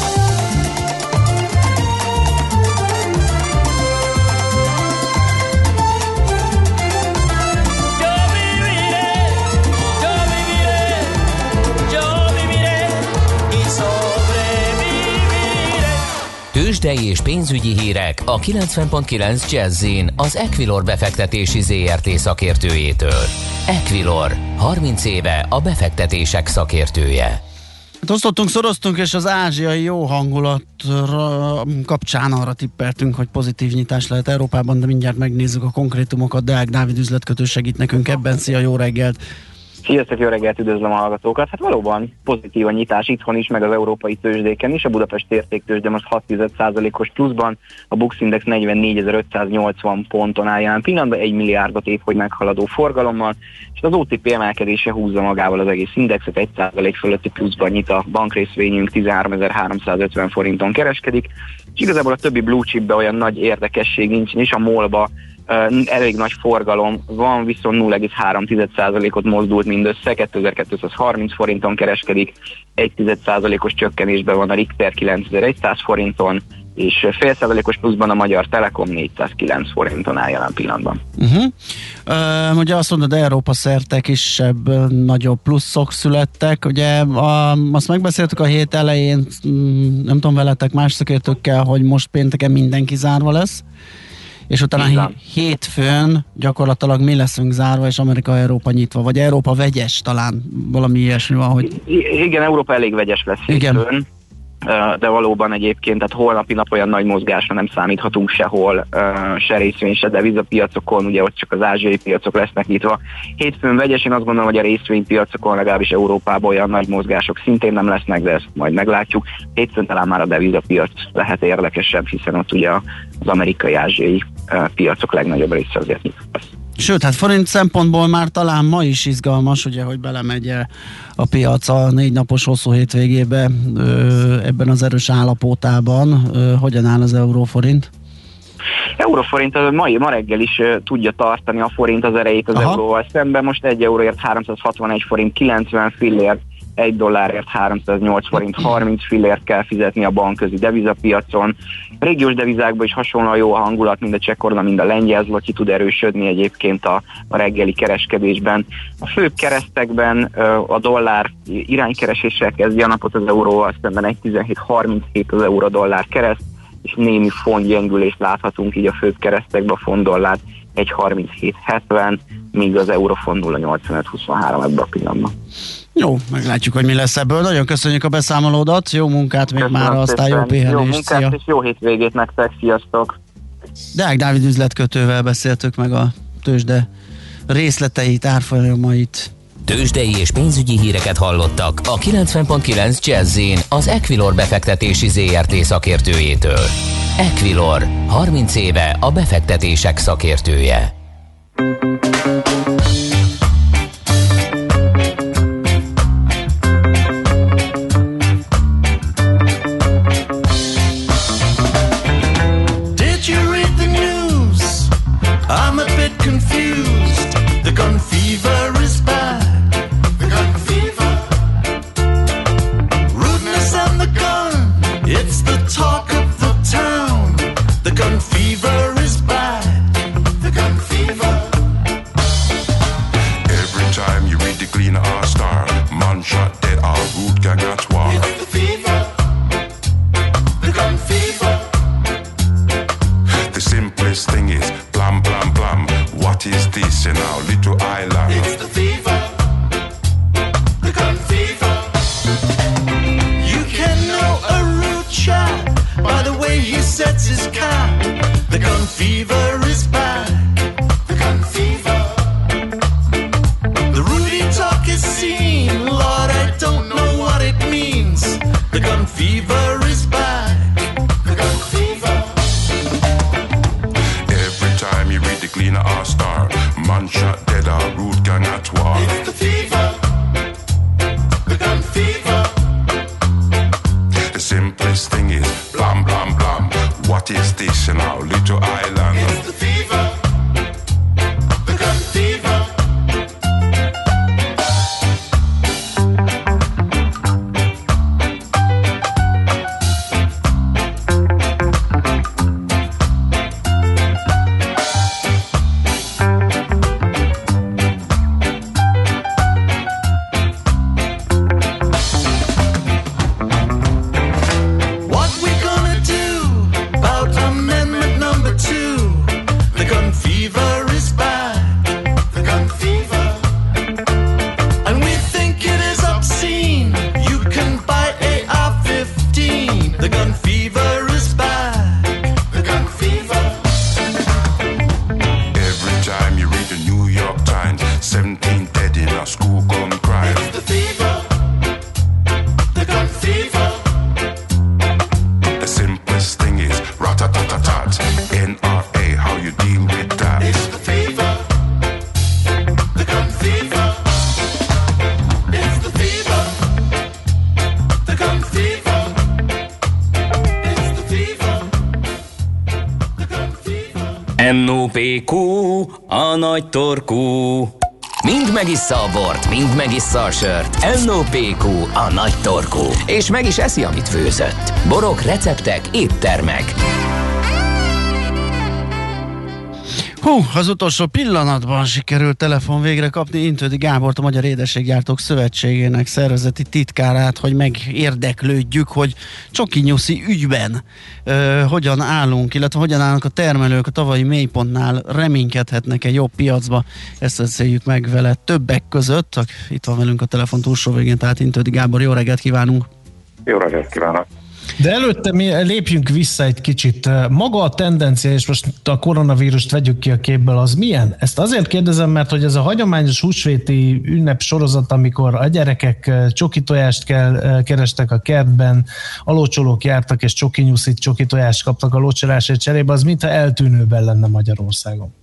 Yo viviré, yo viviré, yo viviré y sobreviviré. Tőzsdei és pénzügyi hírek a 90.9 Jazz-in az Equilor befektetési ZRT szakértőjétől. Equilor, 30 éve a befektetések szakértője. Hát osztottunk, szoroztunk, és az ázsiai jó hangulat kapcsán arra tippeltünk, hogy pozitív nyitás lehet Európában, de mindjárt megnézzük a konkrétumokat. Deák Dávid üzletkötő segít nekünk ebben. Szia, jó reggelt! Sziasztok, jó reggelt, üdvözlöm a hallgatókat. Hát valóban pozitív a nyitás itthon is, meg az európai tőzsdéken is. A Budapest értéktőzsde most 6,1%-os pluszban, a Bux Index 44.580 ponton áll jelen pillanatban, 1 milliárdot évfogy meghaladó forgalommal, és az OTP emelkedése húzza magával az egész indexet, 1% fölötti pluszban nyit a bankrészvényünk, 13.350 forinton kereskedik, és igazából a többi blue chipbe olyan nagy érdekesség nincs, és a MOL-ba elég nagy forgalom van, viszont 0,3%-ot mozdult mindössze, 2230 forinton kereskedik, 1,1%-os csökkenésben van a Richter 9100 forinton, és fél százalékos pluszban a Magyar Telekom 409 forinton áll jelen pillanatban. Ugye azt mondod, Európa szerte kisebb, nagyobb pluszok születtek, ugye azt megbeszéltük a hét elején, nem tudom veletek, más szakértőkkel, hogy most pénteken mindenki zárva lesz, és utána hétfőn gyakorlatilag mi leszünk zárva, és Amerika-Európa nyitva, vagy Európa vegyes talán, valami ilyesmi van, hogy... Igen, Európa elég vegyes lesz hétfőn, de valóban egyébként, tehát holnapi nap olyan nagy mozgásra nem számíthatunk sehol, se részvény, se devizapiacokon, ugye ott csak az ázsiai piacok lesznek nyitva. Hétfőn vegyes, én azt gondolom, hogy a részvénypiacokon, legalábbis Európában olyan nagy mozgások szintén nem lesznek, de ezt majd meglátjuk. Hétfőn talán már a devizapiac lehet érdekesebb, hiszen ott ugye az amerikai-ázsiai piacok legnagyobb része azért nyitva lesz. Sőt, hát forint szempontból már talán ma is izgalmas, ugye, hogy belemegy a piac a 4 napos hosszú hétvégébe ebben az erős állapotában. Hogyan áll az euróforint? Euróforint ma reggel is tudja tartani a forint az erejét az euróval szemben. Most 1 euróért 361 forint 90 fillért, 1 dollárért 308 forint 30 fillért kell fizetni a bankközi devizapiacon. A régiós devizákban is hasonlóan jó a hangulat, mind a cseh korona, mind a lengyel zloty tud erősödni egyébként a reggeli kereskedésben. A főbb keresztekben a dollár iránykereséssel kezdi a napot az euróval szemben 1,1737 az euró-dollár kereszt, és némi fontgyengülést láthatunk így a főbb keresztekben, a font-dollár 1,3770, míg az eurofont 0,8523 ebben a pillanatban. Jó, meglátjuk, hogy mi lesz ebből. Nagyon köszönjük a beszámolódat, jó munkát még már, aztán jó pihenést. Jó munkát és jó hétvégét nektek, sziasztok! Deák Dávid üzletkötővel beszéltük meg a tőzsde részleteit, árfolyamait. Tőzsdei és pénzügyi híreket hallottak a 90.9 Jazz-in az Equilor befektetési ZRT szakértőjétől. Equilor, 30 éve a befektetések szakértője. Did you read the news? I'm a bit confused. The gun fever is back. The gun fever. Rudeness and the gun, it's the talk of the town. The gun fever is back. The gun fever. Every time you read the Gleaner or Star, man shot dead, all root gang at war. It's the fever. The gun fever. The simplest thing is blam blam blam. What is this in our little island? It's the fever. The gun fever. You can know a rude chap by the way he sets his cap. The gun fever is back. The gun fever. The rudy talk is seen. Lord, I don't know what it means. The gun fever is back. The gun fever. Every time you read the Gleaner or Star, man shot dead, all root gang at war. It's the fever. The gun fever. The simplest thing is blam blam blam. What is this in our little island? It's the NOPQ, a nagy torkú. Mind megissza a bort, mind megissza a sört. NOPQ, a nagy torkú. És meg is eszi, amit főzött. Borok, receptek, éttermek. Az utolsó pillanatban sikerült telefon végre kapni Intődi Gábort, a Magyar Édességgyártók Szövetségének szervezeti titkárát, hogy megérdeklődjük, hogy csoki-nyuszi ügyben hogyan állunk, illetve hogyan állnak a termelők a tavalyi mélypontnál, reménykedhetnek-e jobb piacba. Ezt beszéljük meg vele többek között. Itt van velünk a telefon túlsó végén, tehát Intődi Gábor, jó reggelt kívánunk! Jó reggelt kívánok! De előtte mi lépjünk vissza egy kicsit. Maga a tendencia, és most a koronavírust vegyük ki a képből, az milyen? Ezt azért kérdezem, mert hogy ez a hagyományos húsvéti ünnep sorozat, amikor a gyerekek csokitojást kerestek a kertben, a lócsolók jártak és csokinyuszit, csokitojást kaptak a lócsolásért cserébe, az mintha eltűnőben lenne Magyarországon.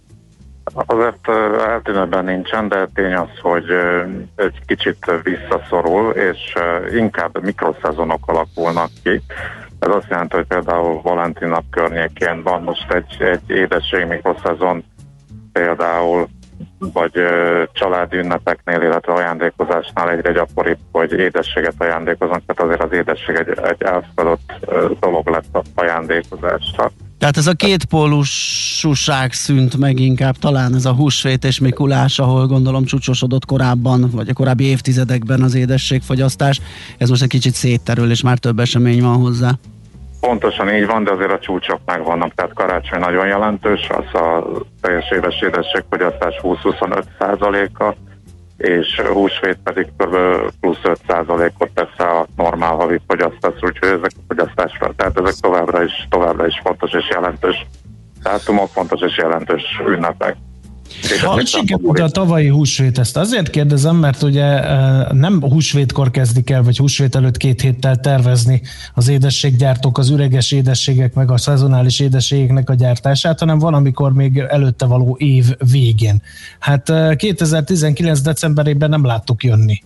Azért eltűnőben nincsen, de tény az, hogy egy kicsit visszaszorul, és inkább mikroszezonok alakulnak ki. Ez azt jelenti, hogy például Valentin nap környékén van most egy édesség mikroszezon, például vagy családi ünnepeknél, illetve ajándékozásnál egyre gyakoribb, hogy édességet ajándékoznak, tehát azért az édesség egy elfogadott dolog lett az ajándékozásra. Tehát ez a kétpólusúság szűnt meg inkább, talán ez a húsvét és Mikulás, ahol gondolom csúcsosodott korábban, vagy a korábbi évtizedekben az édességfogyasztás, ez most egy kicsit szétterül, és már több esemény van hozzá. Pontosan így van, de azért a csúcsok megvannak, tehát karácsony nagyon jelentős, az a teljes éves édességfogyasztás 20-25%-a, és húsvét pedig kb. Plusz 5%-ot tesz a normál havi fogyasztás, úgyhogy ezek a fogyasztásra, tehát ezek továbbra is fontos és jelentős dátumok, fontos és jelentős ünnepek. Hogy sikerült a tavalyi húsvét? Ezt azért kérdezem, mert ugye nem húsvétkor kezdik el, vagy húsvét előtt 2 héttel tervezni az édességgyártók, az üreges édességek, meg a szezonális édességeknek a gyártását, hanem valamikor még előtte való év végén. Hát 2019. decemberében nem láttuk jönni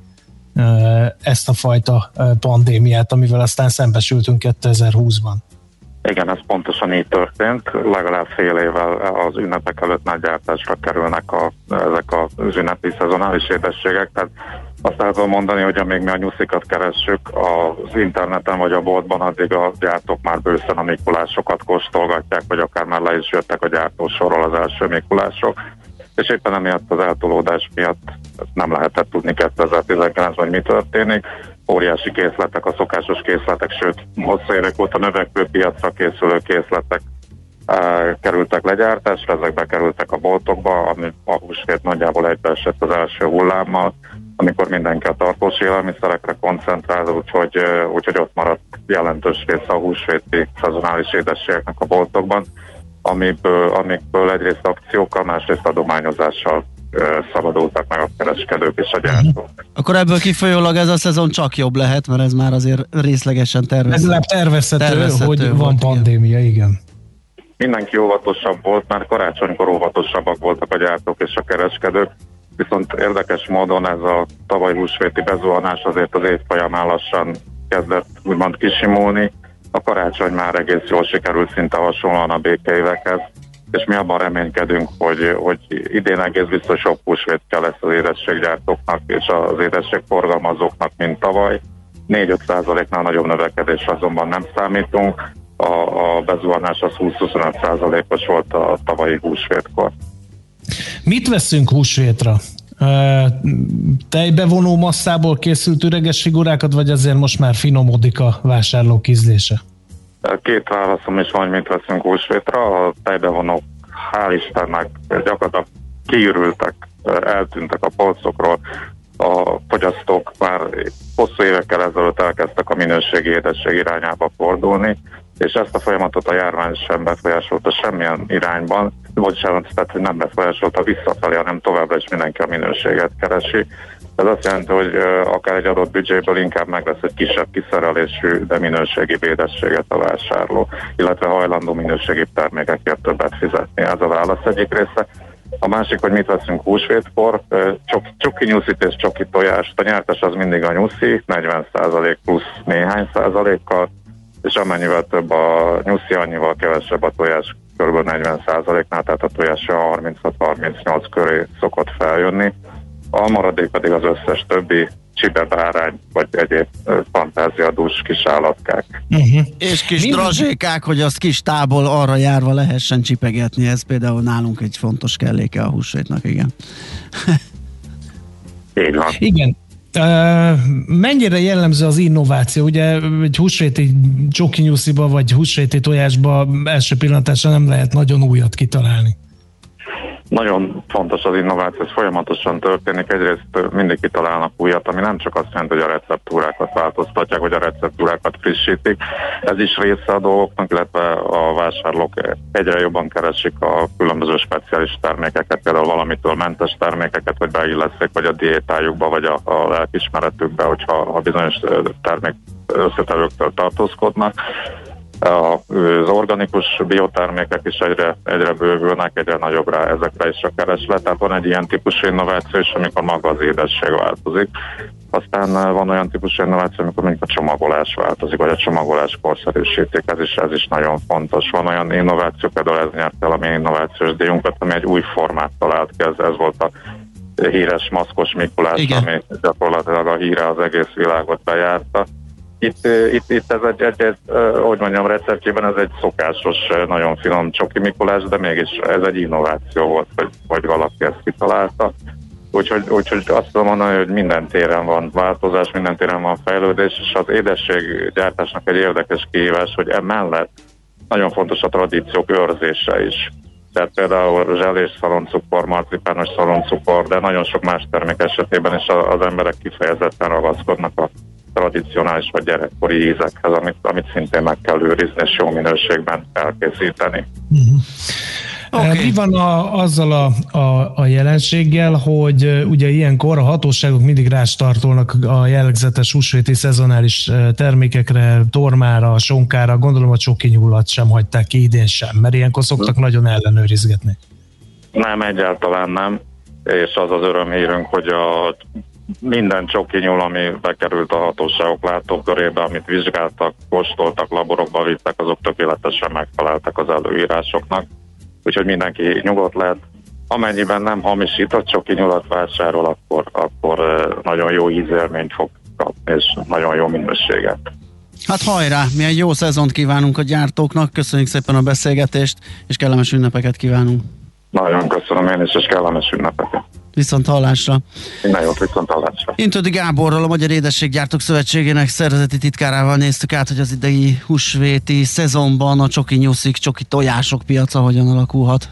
ezt a fajta pandémiát, amivel aztán szembesültünk 2020-ban. Igen, ez pontosan így történt. Legalább fél évvel az ünnepek előtt nagy gyártásra kerülnek ezek az ünnepi szezonális édességek. Tehát azt el tudom mondani, hogy amíg mi a nyuszikat keressük az interneten vagy a boltban, addig a gyártók már bőszen a mikulásokat kóstolgatják, vagy akár már le is jöttek a gyártósorról az első mikulások. És éppen emiatt az eltolódás miatt nem lehetett tudni 2019-ben, hogy mi történik. Óriási készletek, a szokásos készletek, sőt, hosszú évek óta növekvő piacra készülő készletek kerültek legyártásra, ezek bekerültek a boltokba, ami a húsvét nagyjából egybeesett az első hullámmal, amikor mindenki a tartós élelmiszerekre koncentrál, úgyhogy ott maradt jelentős része a húsvéti szezonális édességeknek a boltokban, amikből egyrészt akciókkal, másrészt adományozással szabadultak meg a kereskedők és a gyártók. Akkor ebből kifolyólag ez a szezon csak jobb lehet, mert ez már azért részlegesen tervezhető. Ez tervezhető, hogy van pandémia, igen. Mindenki óvatosabb volt, már karácsonykor óvatosabbak voltak a gyártók és a kereskedők, viszont érdekes módon ez a tavaly húsvéti bezuhanás azért az év folyamán lassan kezdett úgymond kisimulni. A karácsony már egész jól sikerült, szinte hasonlóan a békeévekhez, és mi abban reménykedünk, hogy idén egész biztos jobb húsvét lesz az édességgyártóknak és az édességforgalmazóknak, mint tavaly. 4-5%-nál nagyobb növekedés azonban nem számítunk. A bezuhanás az 20-25%-os volt a tavalyi húsvétkor. Mit veszünk húsvétra? Tejbevonó masszából készült üreges figurákat, vagy azért most már finomodik a vásárlók ízlése? 2 válaszom is van, mit veszünk húsvétra. A tejbevonók, hál' Istennek, gyakorlatilag kiürültek, eltűntek a polcokról. A fogyasztók már hosszú évekkel ezelőtt elkezdtek a minőségi édesség irányába fordulni, és ezt a folyamatot a járvány sem befolyásolta semmilyen irányban, tehát hogy nem befolyásolta visszafelé, hanem továbbra is mindenki a minőséget keresi. Ez azt jelenti, hogy akár egy adott büdzséből inkább megvesz egy kisebb kiszerelésű, de minőségi édességet a vásárló, illetve hajlandó minőségi termékekért többet fizetni. Ez a válasz egyik része. A másik, hogy mit veszünk húsvétkor, csoki nyuszit és csoki tojást. A nyertes az mindig a nyuszi, 40% plusz néhány százalékkal, és amennyivel több a nyuszi, annyival kevesebb a tojás kb. 40%-nál, tehát a tojás a 36-38 köré szokott feljönni. A maradék pedig az összes többi csibe, bárány, vagy egyéb fantáziadús kis állatkák. És kis drazsékák, hogy azt kis tából arra járva lehessen csipegetni, ez például nálunk egy fontos kelléke a húsvétnak, igen. Így van. Igen. Mennyire jellemző az innováció? Ugye egy húsvéti csokinyusziba vagy húsvéti tojásba első pillantásra nem lehet nagyon újat kitalálni. Nagyon fontos az innováció, ez folyamatosan történik. Egyrészt mindig kitalálnak újat, ami nem csak azt jelenti, hogy a receptúrákat változtatják, vagy a receptúrákat frissítik. Ez is része a dolgoknak, illetve a vásárlók egyre jobban keresik a különböző speciális termékeket, például valamitől mentes termékeket, hogy beilleszték, vagy a diétájukba, vagy a lelkismeretükbe, hogyha bizonyos termék összetevőktől tartózkodnak. Az organikus biotermékek is egyre bővülnek, egyre nagyobb rá ezekre is a kereslet. Tehát van egy ilyen típusú innováció is, amikor maga az édesség változik. Aztán van olyan típusú innováció, amikor mondjuk a csomagolás változik, vagy a csomagolás korszerűsítik, ez is nagyon fontos. Van olyan innováció, például ez nyert el a mi innovációs díjunkat, ami egy új formát talált ki, ez volt a híres maszkos Mikulás, igen, ami gyakorlatilag a híre az egész világot bejárta. Itt ez egy hogy mondjam, receptjében ez egy szokásos, nagyon finom csoki Mikulás, de mégis ez egy innováció volt, hogy valaki ezt kitalálta. Úgyhogy azt tudom mondani, hogy minden téren van változás, minden téren van fejlődés, és az édességgyártásnak egy érdekes kihívás, hogy emellett nagyon fontos a tradíciók őrzése is. Tehát például zselés szaloncukor, marcipános szaloncukor, de nagyon sok más termék esetében is az emberek kifejezetten ragaszkodnak a tradicionális vagy gyerekkori ízekhez, amit szintén meg kell őrizni és jó minőségben elkészíteni. Okay. Mi van azzal a jelenséggel, hogy ugye ilyenkor a hatóságok mindig rástartolnak a jellegzetes húsvéti szezonális termékekre, tormára, sonkára, gondolom a csokinyúlat sem hagyták ki idén sem, mert ilyenkor szoktak nagyon ellenőrizgetni. Nem, egyáltalán nem, és az az örömhírünk, hogy minden csokinyúl, ami bekerült a hatóságok látókörébe, amit vizsgáltak, kóstoltak, laborokba vittek, azok tökéletesen megfeleltek az előírásoknak. Úgyhogy mindenki nyugodt lehet. Amennyiben nem hamisított csokinyulat vásárol, akkor nagyon jó ízélményt fog kapni, és nagyon jó minőséget. Hát hajrá! Mi egy jó szezont kívánunk a gyártóknak, köszönjük szépen a beszélgetést, és kellemes ünnepeket kívánunk. Nagyon köszönöm én is, és kellemes ünnepeket. Viszont hallásra. Minden jót, viszont hallásra. Intödi Gáborral, a Magyar Édességgyártók Szövetségének szervezeti titkárával néztük át, hogy az idei húsvéti szezonban a csoki nyuszik, csoki tojások piaca hogyan alakulhat.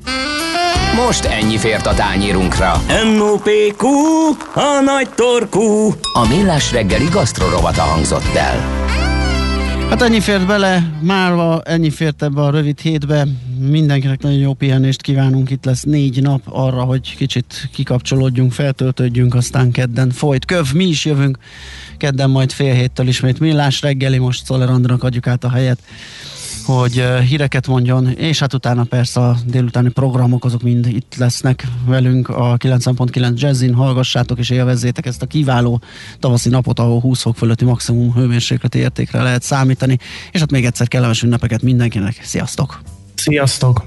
Most ennyi fért a tányérunkra. M.O.P.Q. a nagy torkú. A Millás reggeli gasztrorovata hangzott el. Hát ennyi fért bele, mára ennyi fért ebbe a rövid hétbe. Mindenkinek nagyon jó pihenést kívánunk. Itt lesz 4 nap arra, hogy kicsit kikapcsolódjunk, feltöltődjünk, aztán kedden folyt köv. Mi is jövünk kedden, majd fél héttől ismét Millás reggeli. Most Szoller Andrának adjuk át a helyet, hogy híreket mondjon, és hát utána persze a délutáni programok azok mind itt lesznek velünk a 90.9 Jazzin. Hallgassátok és élvezzétek ezt a kiváló tavaszi napot, ahol 20 fok fölötti maximum hőmérsékleti értékre lehet számítani, és hát még egyszer kellemes ünnepeket mindenkinek. Sziasztok! Sziasztok!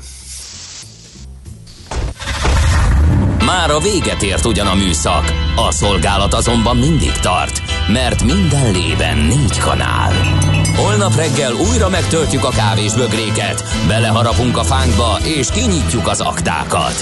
Már a véget ért ugyan a műszak, a szolgálat azonban mindig tart, mert minden lében 4 kanál. Holnap reggel újra megtöltjük a kávésbögréket, beleharapunk a fánkba és kinyitjuk az aktákat.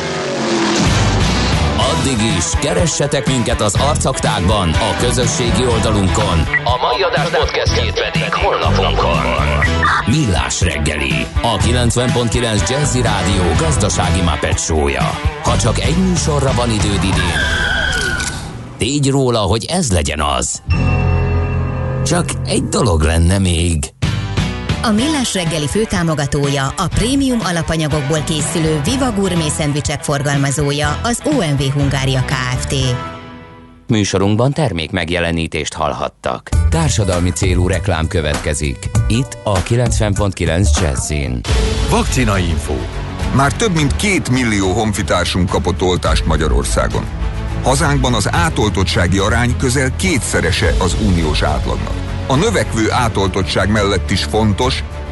Addig is keressetek minket az arcaktákban, a közösségi oldalunkon. A mai adás podcastjét pedig holnapunkon. Millás reggeli, a 90.9 Jazzy Rádió gazdasági Muppet show-ja. Ha csak egy műsorra van időd idén, tégy róla, hogy ez legyen az. Csak egy dolog lenne még. A Millás reggeli főtámogatója, a prémium alapanyagokból készülő Viva Gourmet szendvicsek forgalmazója, az OMV Hungária Kft. Műsorunkban termék megjelenítést hallhattak. Társadalmi célú reklám következik. Itt a 90.9 Jazzin. Vakcina info. Már több mint 2 millió honfitársunk kapott oltást Magyarországon. Hazánkban az átoltottsági arány közel 2-szerese az uniós átlagnak. A növekvő átoltottság mellett is fontos,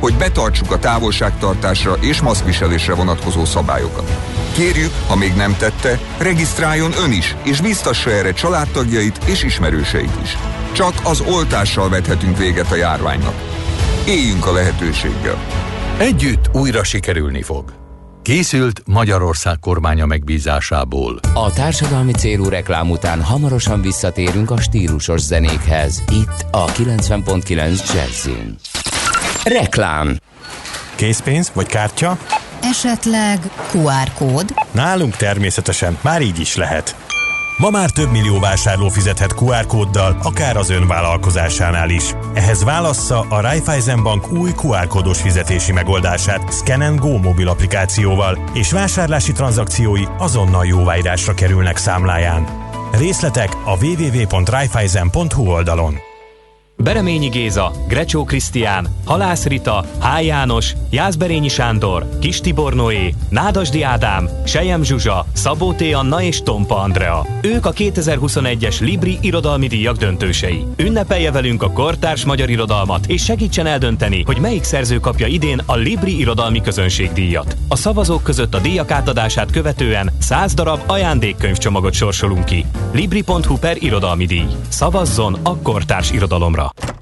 hogy betartsuk a távolságtartásra és maszkviselésre vonatkozó szabályokat. Kérjük, ha még nem tette, regisztráljon ön is, és biztassa erre családtagjait és ismerőseit is. Csak az oltással vethetünk véget a járványnak. Éljünk a lehetőséggel. Együtt újra sikerülni fog. Készült Magyarország kormánya megbízásából. A társadalmi célú reklám után hamarosan visszatérünk a stílusos zenékhez. Itt a 90.9 Jazzin. Reklám. Készpénz vagy kártya? Esetleg QR kód? Nálunk természetesen, már így is lehet. Ma már több millió vásárló fizethet QR kóddal, akár az ön vállalkozásánál is. Ehhez válassza a Raiffeisen Bank új QR kódos fizetési megoldását Scan & Go mobil applikációval, és vásárlási tranzakciói azonnal jóváírásra kerülnek számláján. Részletek a www.raiffeisen.hu oldalon. Bereményi Géza, Grecsó Krisztián, Halász Rita, H. János, Jászberényi Sándor, Kis Tibor Noé, Nádasdy Ádám, Sejem Zsuzsa, Szabó T. Anna és Tompa Andrea. Ők a 2021-es Libri irodalmi díjak döntősei. Ünnepelje velünk a kortárs magyar irodalmat, és segítsen eldönteni, hogy melyik szerző kapja idén a Libri irodalmi közönségdíjat. A szavazók között a díjak átadását követően 100 darab ajándékkönyvcsomagot sorsolunk ki. Libri.hu/irodalmi díj. Szavazzon a kortárs irodalomra.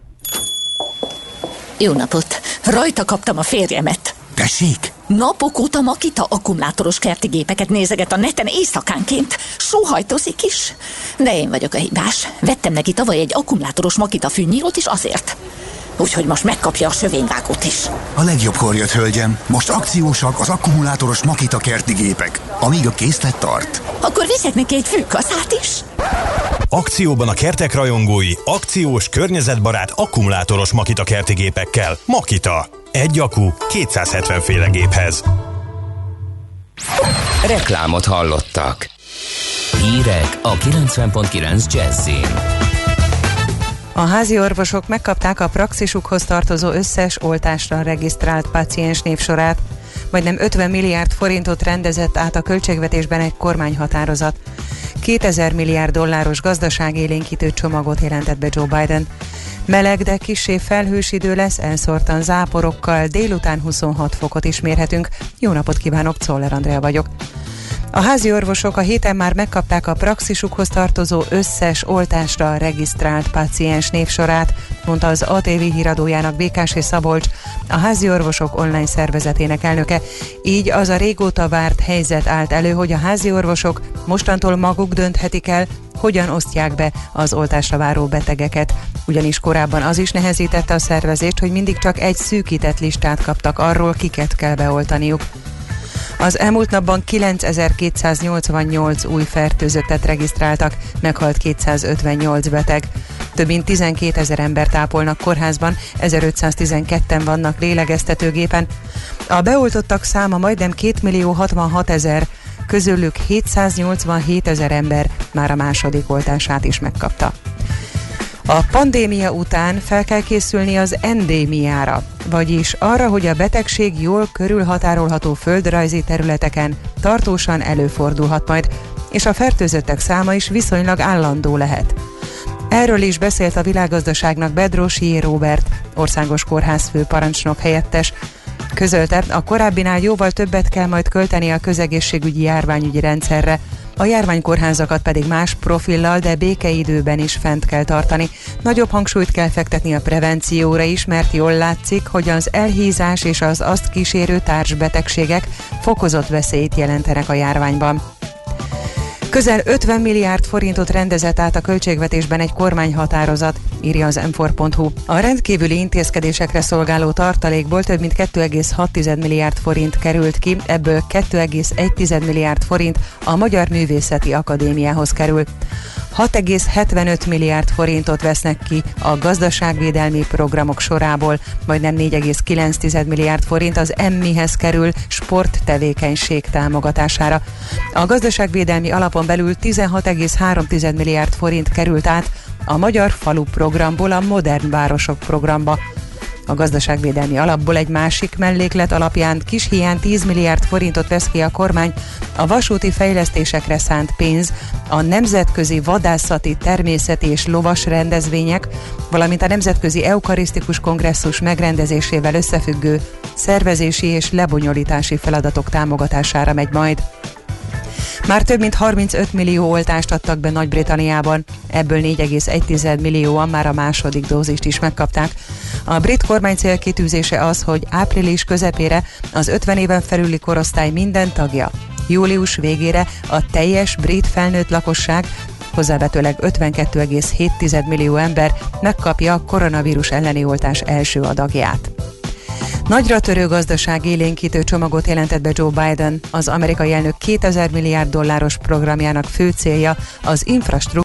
Jó napot! Rajta kaptam a férjemet. Tessék? Napok óta Makita akkumulátoros kerti gépeket nézeget a neten éjszakánként. Sóhajtozik is. De én vagyok a hibás. Vettem neki tavaly egy akkumulátoros Makita fűnyírót is azért. Úgyhogy most megkapja a sövényvágót is. A legjobbkor jött, hölgyem. Most akciósak az akkumulátoros Makita kerti gépek, amíg a készlet tart. Akkor viszek neki egy fűkaszát is. Akcióban a kertek rajongói, akciós, környezetbarát, akkumulátoros Makita kerti gépekkel. Makita. Egy akku 270 féle géphez. Reklámot hallottak. Hírek a 90.9 Jazzin. A házi orvosok megkapták a praxisukhoz tartozó összes oltásra regisztrált páciens névsorát. Majdnem 50 milliárd forintot rendezett át a költségvetésben egy kormányhatározat. 2000 milliárd dolláros gazdaságélénkítő csomagot jelentett be Joe Biden. Meleg, de kissé felhős idő lesz, elszórtan záporokkal, délután 26 fokot is mérhetünk. Jó napot kívánok, Czoller Andrea vagyok. A házi orvosok a héten már megkapták a praxisukhoz tartozó összes oltásra regisztrált páciens névsorát, mondta az ATV híradójának Békásé Szabolcs, a házi orvosok online szervezetének elnöke. Így az a régóta várt helyzet állt elő, hogy a házi orvosok mostantól maguk dönthetik el, hogyan osztják be az oltásra váró betegeket. Ugyanis korábban az is nehezítette a szervezést, hogy mindig csak egy szűkített listát kaptak arról, kiket kell beoltaniuk. Az elmúlt napban 9288 új fertőzöttet regisztráltak, meghalt 258 beteg. Több mint 12 000 embert ápolnak kórházban, 1512-en vannak lélegeztetőgépen. A beoltottak száma majdnem 2.066.000, közülük 787.000 ember már a második oltását is megkapta. A pandémia után fel kell készülni az endémiára, vagyis arra, hogy a betegség jól körülhatárolható földrajzi területeken tartósan előfordulhat majd, és a fertőzöttek száma is viszonylag állandó lehet. Erről is beszélt a Világgazdaságnak Bedrosié Róbert, országos kórházfő parancsnok helyettes. Közölte, a korábbinál jóval többet kell majd költeni a közegészségügyi járványügyi rendszerre, a járványkórházakat pedig más profillal, de békeidőben is fent kell tartani. Nagyobb hangsúlyt kell fektetni a prevencióra is, mert jól látszik, hogy az elhízás és az azt kísérő társbetegségek fokozott veszélyt jelentenek a járványban. Közel 50 milliárd forintot rendezett át a költségvetésben egy kormányhatározat, írja az m4.hu. A rendkívüli intézkedésekre szolgáló tartalékból több mint 2,6 milliárd forint került ki, ebből 2,1 milliárd forint a Magyar Művészeti Akadémiához kerül. 6,75 milliárd forintot vesznek ki a gazdaságvédelmi programok sorából, majdnem 4,9 milliárd forint az EMMI-hez kerül sporttevékenység támogatására. A gazdaságvédelmi alapon belül 16,3 milliárd forint került át a Magyar Falu programból a Modern Városok programba. A gazdaságvédelmi alapból egy másik melléklet alapján kis hiány 10 milliárd forintot vesz ki a kormány a vasúti fejlesztésekre szánt pénz, a nemzetközi vadászati, természeti és lovas rendezvények, valamint a nemzetközi eukarisztikus kongresszus megrendezésével összefüggő szervezési és lebonyolítási feladatok támogatására megy majd. Már több mint 35 millió oltást adtak be Nagy-Britanniában, ebből 4,1 millióan már a második dózist is megkapták. A brit kormány célkitűzése az, hogy április közepére az 50 éven felüli korosztály minden tagja, július végére a teljes brit felnőtt lakosság, hozzávetőleg 52,7 millió ember megkapja a koronavírus elleni oltás első adagját. Nagyra törő gazdaság élénkítő csomagot jelentett be Joe Biden. Az amerikai elnök 2000 milliárd dolláros programjának fő célja az infrastruktúra